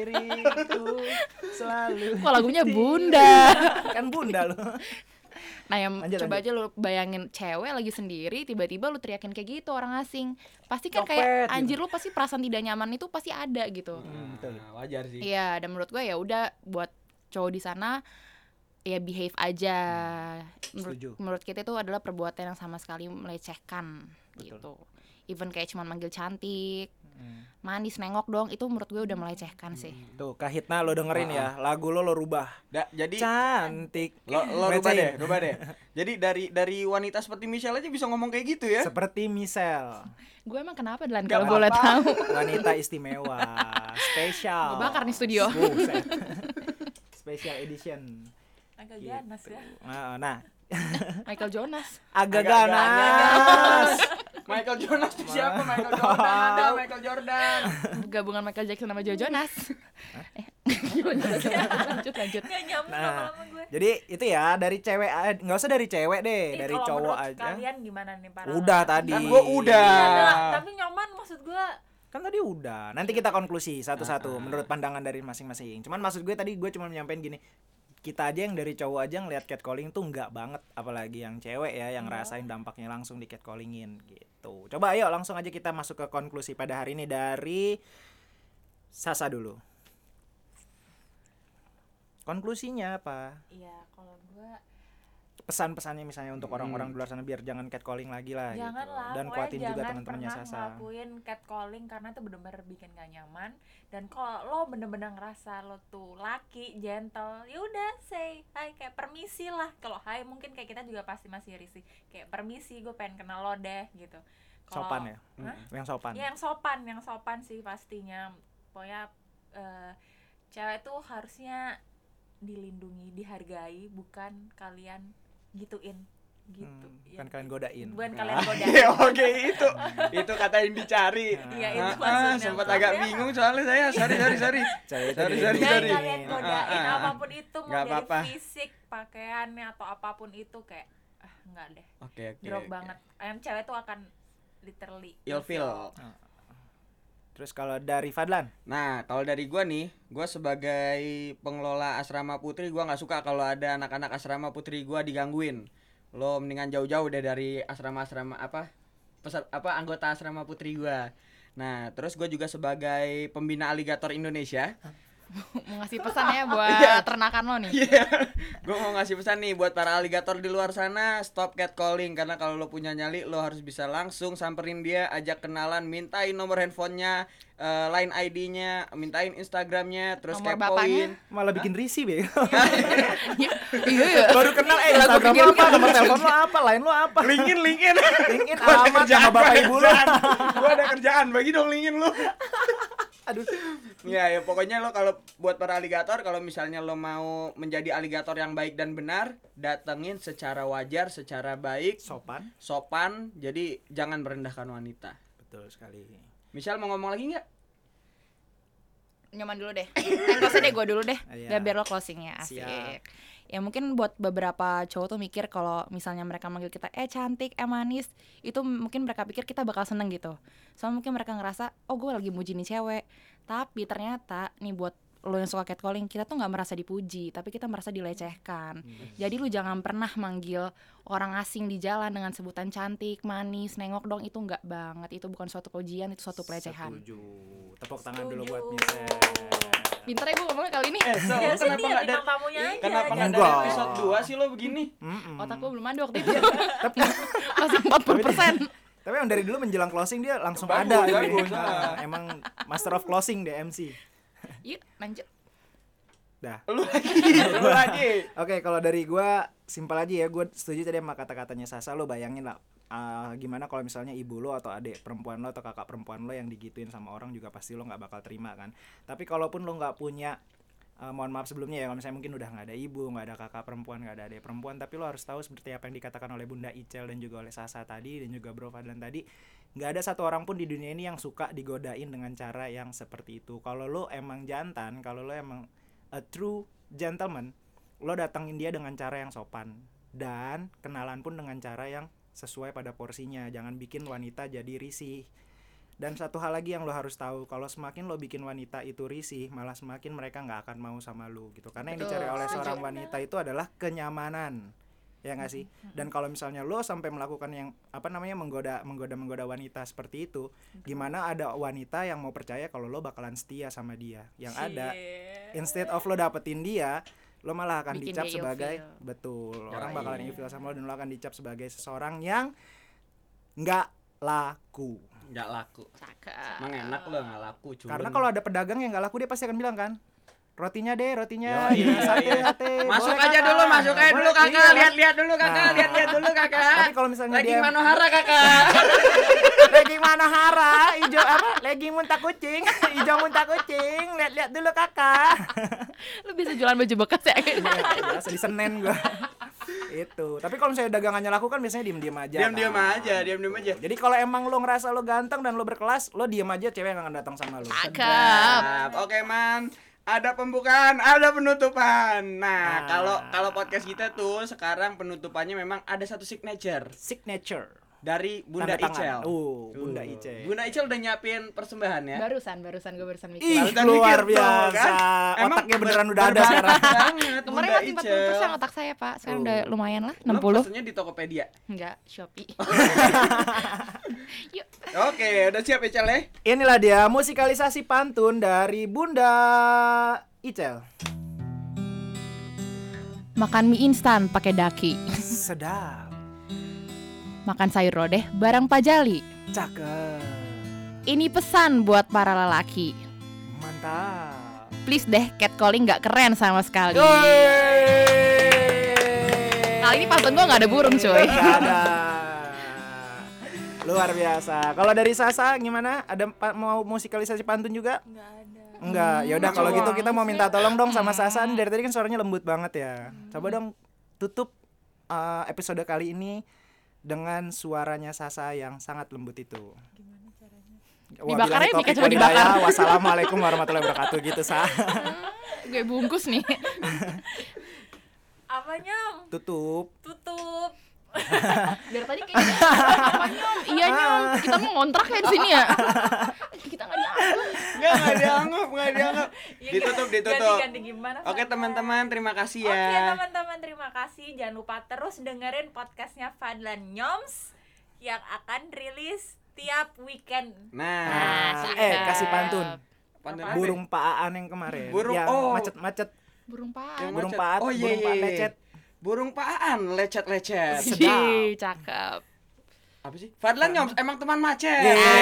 diriku selalu. Kok lagunya Bunda? Kan Bunda lo. Nah, yang Lanjut, coba lanjut. aja lu bayangin cewek lagi sendiri, tiba-tiba lu teriakin kayak gitu orang asing. Pasti kan Copet, kayak gitu. anjir, lu pasti perasaan tidak nyaman itu pasti ada gitu. Hmm, betul. Nah, wajar sih. Iya, dan menurut gue ya udah buat cowok di sana ya behave aja. Menurut, Setuju. menurut kita itu adalah perbuatan yang sama sekali melecehkan gitu. Even kayak cuma manggil cantik, Hmm. manis, nengok dong, itu menurut gue udah melecehkan sih. Tuh, Kak Hitna lo dengerin ya, lagu lo lo rubah. Da, jadi Cantik. lo lo rubah Bacain. deh, rubah deh. Jadi dari dari wanita seperti Michelle aja bisa ngomong kayak gitu ya. Seperti Michelle, Gue emang kenapa Dan Gak kalau boleh apa-apa. tahu? wanita istimewa, spesial. Gue bakar nih studio. Buset. Special edition. Agak Gitu. ganas ya. Nah, nah, Michael Jonas. agak Agak- ganas. Michael Jonas tuh siapa? Michael Jordan ada, Michael Jordan. Gabungan Michael Jackson sama Joe Jonas. Eh, lanjut lanjut. Nggak nyambung Nah, lama-lama gue. jadi itu ya dari cewek, a- nggak usah dari cewek deh, Ih, dari kalau cowok menurut aja. Kalian gimana nih para? Udah laki-laki? tadi. Kan gua udah. Iya, dah, tapi nyaman maksud gue. Kan tadi udah. Nanti kita konklusi satu-satu menurut pandangan dari masing-masing. Cuman maksud gue tadi gue cuma nyampein gini. Kita aja yang dari cowok aja ngelihat catcalling tuh enggak banget, apalagi yang cewek ya yang rasain dampaknya langsung di catcallingin gitu. Coba ayo langsung aja kita masuk ke konklusi pada hari ini dari Sasa dulu. Konklusinya apa? Iya, kalau gue Pesan-pesannya misalnya untuk orang-orang di luar sana biar jangan catcalling lagi lah jangan gitu. lah, Dan pokoknya kuatin juga jangan teman-temannya pernah Sasa. ngelakuin catcalling karena itu bener-bener bikin gak nyaman. Dan kalau lo bener-bener ngerasa lo tuh laki, gentle, ya udah say hi, kayak permisi lah. Kalau hi mungkin kayak kita juga pasti masih risih, kayak permisi, gue pengen kenal lo deh gitu. Kalau- Sopan ya? Hah? Yang sopan. Ya, yang sopan, yang sopan sih pastinya. Pokoknya eh, cewek tuh harusnya dilindungi, dihargai, bukan kalian gituin gitu. Hmm, Ya, bukan kalian godain. bukan kalian godain. Iya, oke itu. Itu kata yang dicari. Iya, itu Ah, ah, maksudnya. sempat Maaf agak ya. bingung soalnya saya. Sorry, sorry, sorry. Cewek itu Sorry, dilindungi. sorry, Jangan sorry. kalian godain Ah, ah, ah. apapun itu, mau Nggak dari apa-apa. fisik, pakaiannya atau apapun itu kayak ah enggak deh. Oke, oke. Drop oke. banget. Ayam cewek tuh akan literally Ilfil. Terus kalau dari Fadlan? Nah, kalau dari gua nih, gua sebagai pengelola asrama putri, gua nggak suka kalau ada anak-anak asrama putri gua digangguin. Lo mendingan jauh-jauh deh dari asrama-asrama apa? Pesat, apa anggota asrama putri gua. Nah, terus gua juga sebagai pembina aligator Indonesia. Mau ngasih pesan ya buat ternakan lo nih. Iya. Gue mau ngasih pesan nih buat para aligator di luar sana, stop catcalling, karena kalau lo punya nyali lo harus bisa langsung samperin dia, ajak kenalan, mintain nomor handphonenya, eh, line I D-nya, mintain Instagramnya, terus Nomor kepoin. bapaknya? Malah bikin risih be. Iya, iya. Baru kenal eh Lah, gua Instagram pikir lo apa, gitu. nomor telepon lo apa, line lo apa. Linkin, linkin. Linkin Gua ada amat kerjaan, sama bapak gua ada ibu lo. kerjaan. Gua ada kerjaan, bagi dong linkin lo. Aduh. Ya, ya pokoknya lo kalau buat para aligator, kalau misalnya lo mau menjadi aligator yang baik dan benar, datengin secara wajar, secara baik, Sopan. sopan, jadi jangan merendahkan wanita. Betul sekali. Michelle mau ngomong lagi nggak? Nyaman dulu deh. Eh, nggak usah deh, gue dulu deh. Iya. Biar biar lo closingnya asik. Siap. Ya mungkin buat beberapa cowok tuh mikir kalau misalnya mereka manggil kita eh cantik, eh manis, itu mungkin mereka pikir kita bakal seneng gitu. Soalnya mungkin mereka ngerasa oh gue lagi muji nih cewek. Tapi ternyata nih buat lo yang suka catcalling, kita tuh nggak merasa dipuji, tapi kita merasa dilecehkan. Jadi lu jangan pernah manggil orang asing di jalan dengan sebutan cantik, manis, nengok dong, itu nggak banget. Itu bukan suatu pujian, itu suatu pelecehan. Setuju. Tepuk tangan dulu Setuju. buat Michelle. Pinter ya gue ngomongnya kali ini. Eh, so, Ya sih, kenapa dia nggak bintang dari tamunya aja. kenapa nggak Enggak. dari episode dua sih lo begini? Mm-mm. Otak gue belum ada waktu itu. Masih empat puluh persen. Tapi yang dari dulu menjelang closing dia langsung Bagus, ada ini. bagus, Nah, emang master of closing deh M C. Yuk lanjut. Dah. Lu lagi, lu lagi. Oke, kalau dari gua simpel aja ya, gua setuju tadi sama kata-katanya Sasa. Lo bayangin lah uh, gimana kalau misalnya ibu lo atau adik perempuan lo atau kakak perempuan lo yang digituin sama orang, juga pasti lo nggak bakal terima kan. Tapi kalaupun lo nggak punya uh, mohon maaf sebelumnya ya, kalau misalnya mungkin udah nggak ada ibu, nggak ada kakak perempuan, nggak ada adik perempuan, tapi lo harus tahu seperti apa yang dikatakan oleh Bunda Icel dan juga oleh Sasa tadi dan juga Bro Fadlan tadi, nggak ada satu orang pun di dunia ini yang suka digodain dengan cara yang seperti itu. Kalau lo emang jantan, kalau lo emang a true gentleman, lo datangin dia dengan cara yang sopan dan kenalan pun dengan cara yang sesuai pada porsinya. Jangan bikin wanita jadi risih. Dan satu hal lagi yang lo harus tahu, kalau semakin lo bikin wanita itu risih, malah semakin mereka nggak akan mau sama lo gitu. Karena yang Betul, dicari oleh setuju. seorang wanita itu adalah kenyamanan. ya nggak sih? Dan kalau misalnya lo sampai melakukan yang apa namanya menggoda menggoda menggoda wanita seperti itu, gimana ada wanita yang mau percaya kalau lo bakalan setia sama dia? Yang ada instead of lo dapetin dia, lo malah akan Bikin dicap dia sebagai ilfeel. betul Ya, orang iya. bakalan ilfeel sama lo dan lo akan dicap sebagai seseorang yang nggak laku. Nggak laku. Cakep. Emang enak lo nggak laku culun. Karena kalau ada pedagang yang nggak laku dia pasti akan bilang kan, rotinya deh, rotinya, Yo, iya, sate, iya. sate. Masuk Boleh, aja kakak? dulu, masuk aja dulu Boleh, kakak, iya. lihat-lihat dulu kakak, Nah. lihat-lihat dulu kakak. Tapi kalau misalnya Lagi dia Manohara kakak. legging Manohara, hijau apa? Legging muntah kucing, hijau muntah kucing. Lihat-lihat dulu kakak. Lu bisa jualan baju bekas ya? Biasa di Senen gua. Itu. Tapi kalau misalnya dagangannya laku kan biasanya diem-diem aja. Diam-diam kan. aja, diam-diam aja. Jadi kalau emang lo ngerasa lo ganteng dan lo berkelas, lo diem aja, cewek nggak akan datang sama lo. Cakep. Siap. Oke man, ada pembukaan, ada penutupan. Nah, Ah. kalau kalau podcast kita tuh sekarang penutupannya memang ada satu signature Signature. dari Bunda Tanda tangan. Icel. Uh, Bunda Tuh. Icel. Bunda Icel udah nyiapin persembahan ya. Barusan, barusan gue barusan mikir. Ih, Barusan luar mikir tuh, biasa. kan? Otaknya Emang beneran ber- udah ada berbakat sekarang. banget, Kemarin Bunda masih empat puluh persen Icel. otak saya, Pak. Sekarang Oh. udah lumayan lah, Lo enam puluh. pesennya di Tokopedia. Enggak, Shopee. Yuk. Oke, udah siap Icel ya? Inilah dia musikalisasi pantun dari Bunda Icel. Makan mie instan pakai daki. Sedap. Makan sayur lodeh bareng Pak Jali. Cakep. Ini pesan buat para lelaki. Mantap. Please deh, catcalling gak keren sama sekali. Kali ini pantun gue gak ada burung coy. Nggak ada. Luar biasa. Kalau dari Sasa gimana? Ada pa- mau musikalisasi pantun juga? Nggak ada. Enggak. Ya udah kalau gitu kita mau minta tolong dong sama Sasa. Hmm. Nih, dari tadi kan suaranya lembut banget ya. Coba dong tutup uh, episode kali ini dengan suaranya Sasa yang sangat lembut itu. Wah, Dibakar bilahi aja, taufiq Mika, coba wal hidayah. dibakar. Wassalamualaikum warahmatullahi wabarakatuh gitu, Sa. Gue bungkus nih. Apanya? Tutup. Tutup. Biar tadi kayak apa nyom? Iya nyom. Kita mau ngontrak ya di sini ya. Kita nggak dianggap. Enggak, enggak dianggap, enggak dianggap. Ya, Ditutup, ganti- ditutup. Ganti gimana? Oke, Fadlan? teman-teman, terima kasih Oke ya. teman-teman, terima kasih. Jangan lupa terus dengerin podcastnya Fadlan Nyoms yang akan rilis tiap weekend. Nah, Nah, cakep. eh kasih pantun. pantun Apa? apa? Burung Paaan yang kemarin. Burung- yang oh. macet-macet. Burung Yang Pak. Burung macet. Paat, Oh, iya, burung iya, Paat iya. lecet. Burung Paan, lecet-lecet. Sedap. Ih, cakep. Apa sih? Fadlan Nyoms emang teman macet.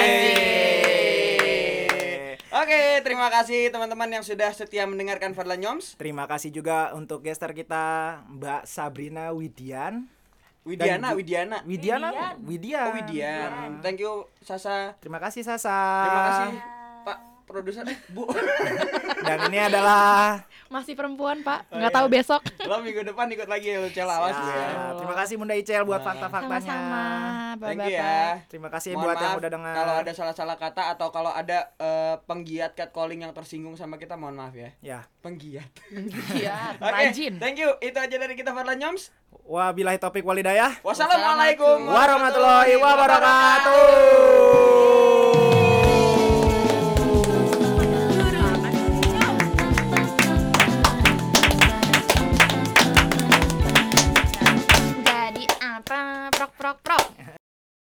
Yeay. Oke, terima kasih teman-teman yang sudah setia mendengarkan Fadlan Nyoms. Terima kasih juga untuk gestar kita Mbak Sabrina Widian. Widiana, Dan ju- Widiana. Widiana, Widian. Widian. Oh, Widian. Thank you Sasa. Terima kasih Sasa. Terima kasih Pak produser eh Bu. Dan ini adalah Masih perempuan, Pak. Oh, Nggak iya. tahu besok. Lo minggu depan ikut lagi ya, Cel, awas lu ya. Siap. Terima kasih Bunda Icel buat fakta-faktanya. Sama-sama, Thank you Bapak. ya. Terima kasih Mohon buat yang maaf udah dengar. kalau ada salah-salah kata atau kalau ada eh, penggiat catcalling yang tersinggung sama kita, mohon maaf ya. Ya. Penggiat. Iya, Oke, rajin. thank you. Itu aja dari kita Fadlan Nyoms. Wabillahi taufik walhidayah. Wassalamualaikum Warahmatullahi wabarakatuh.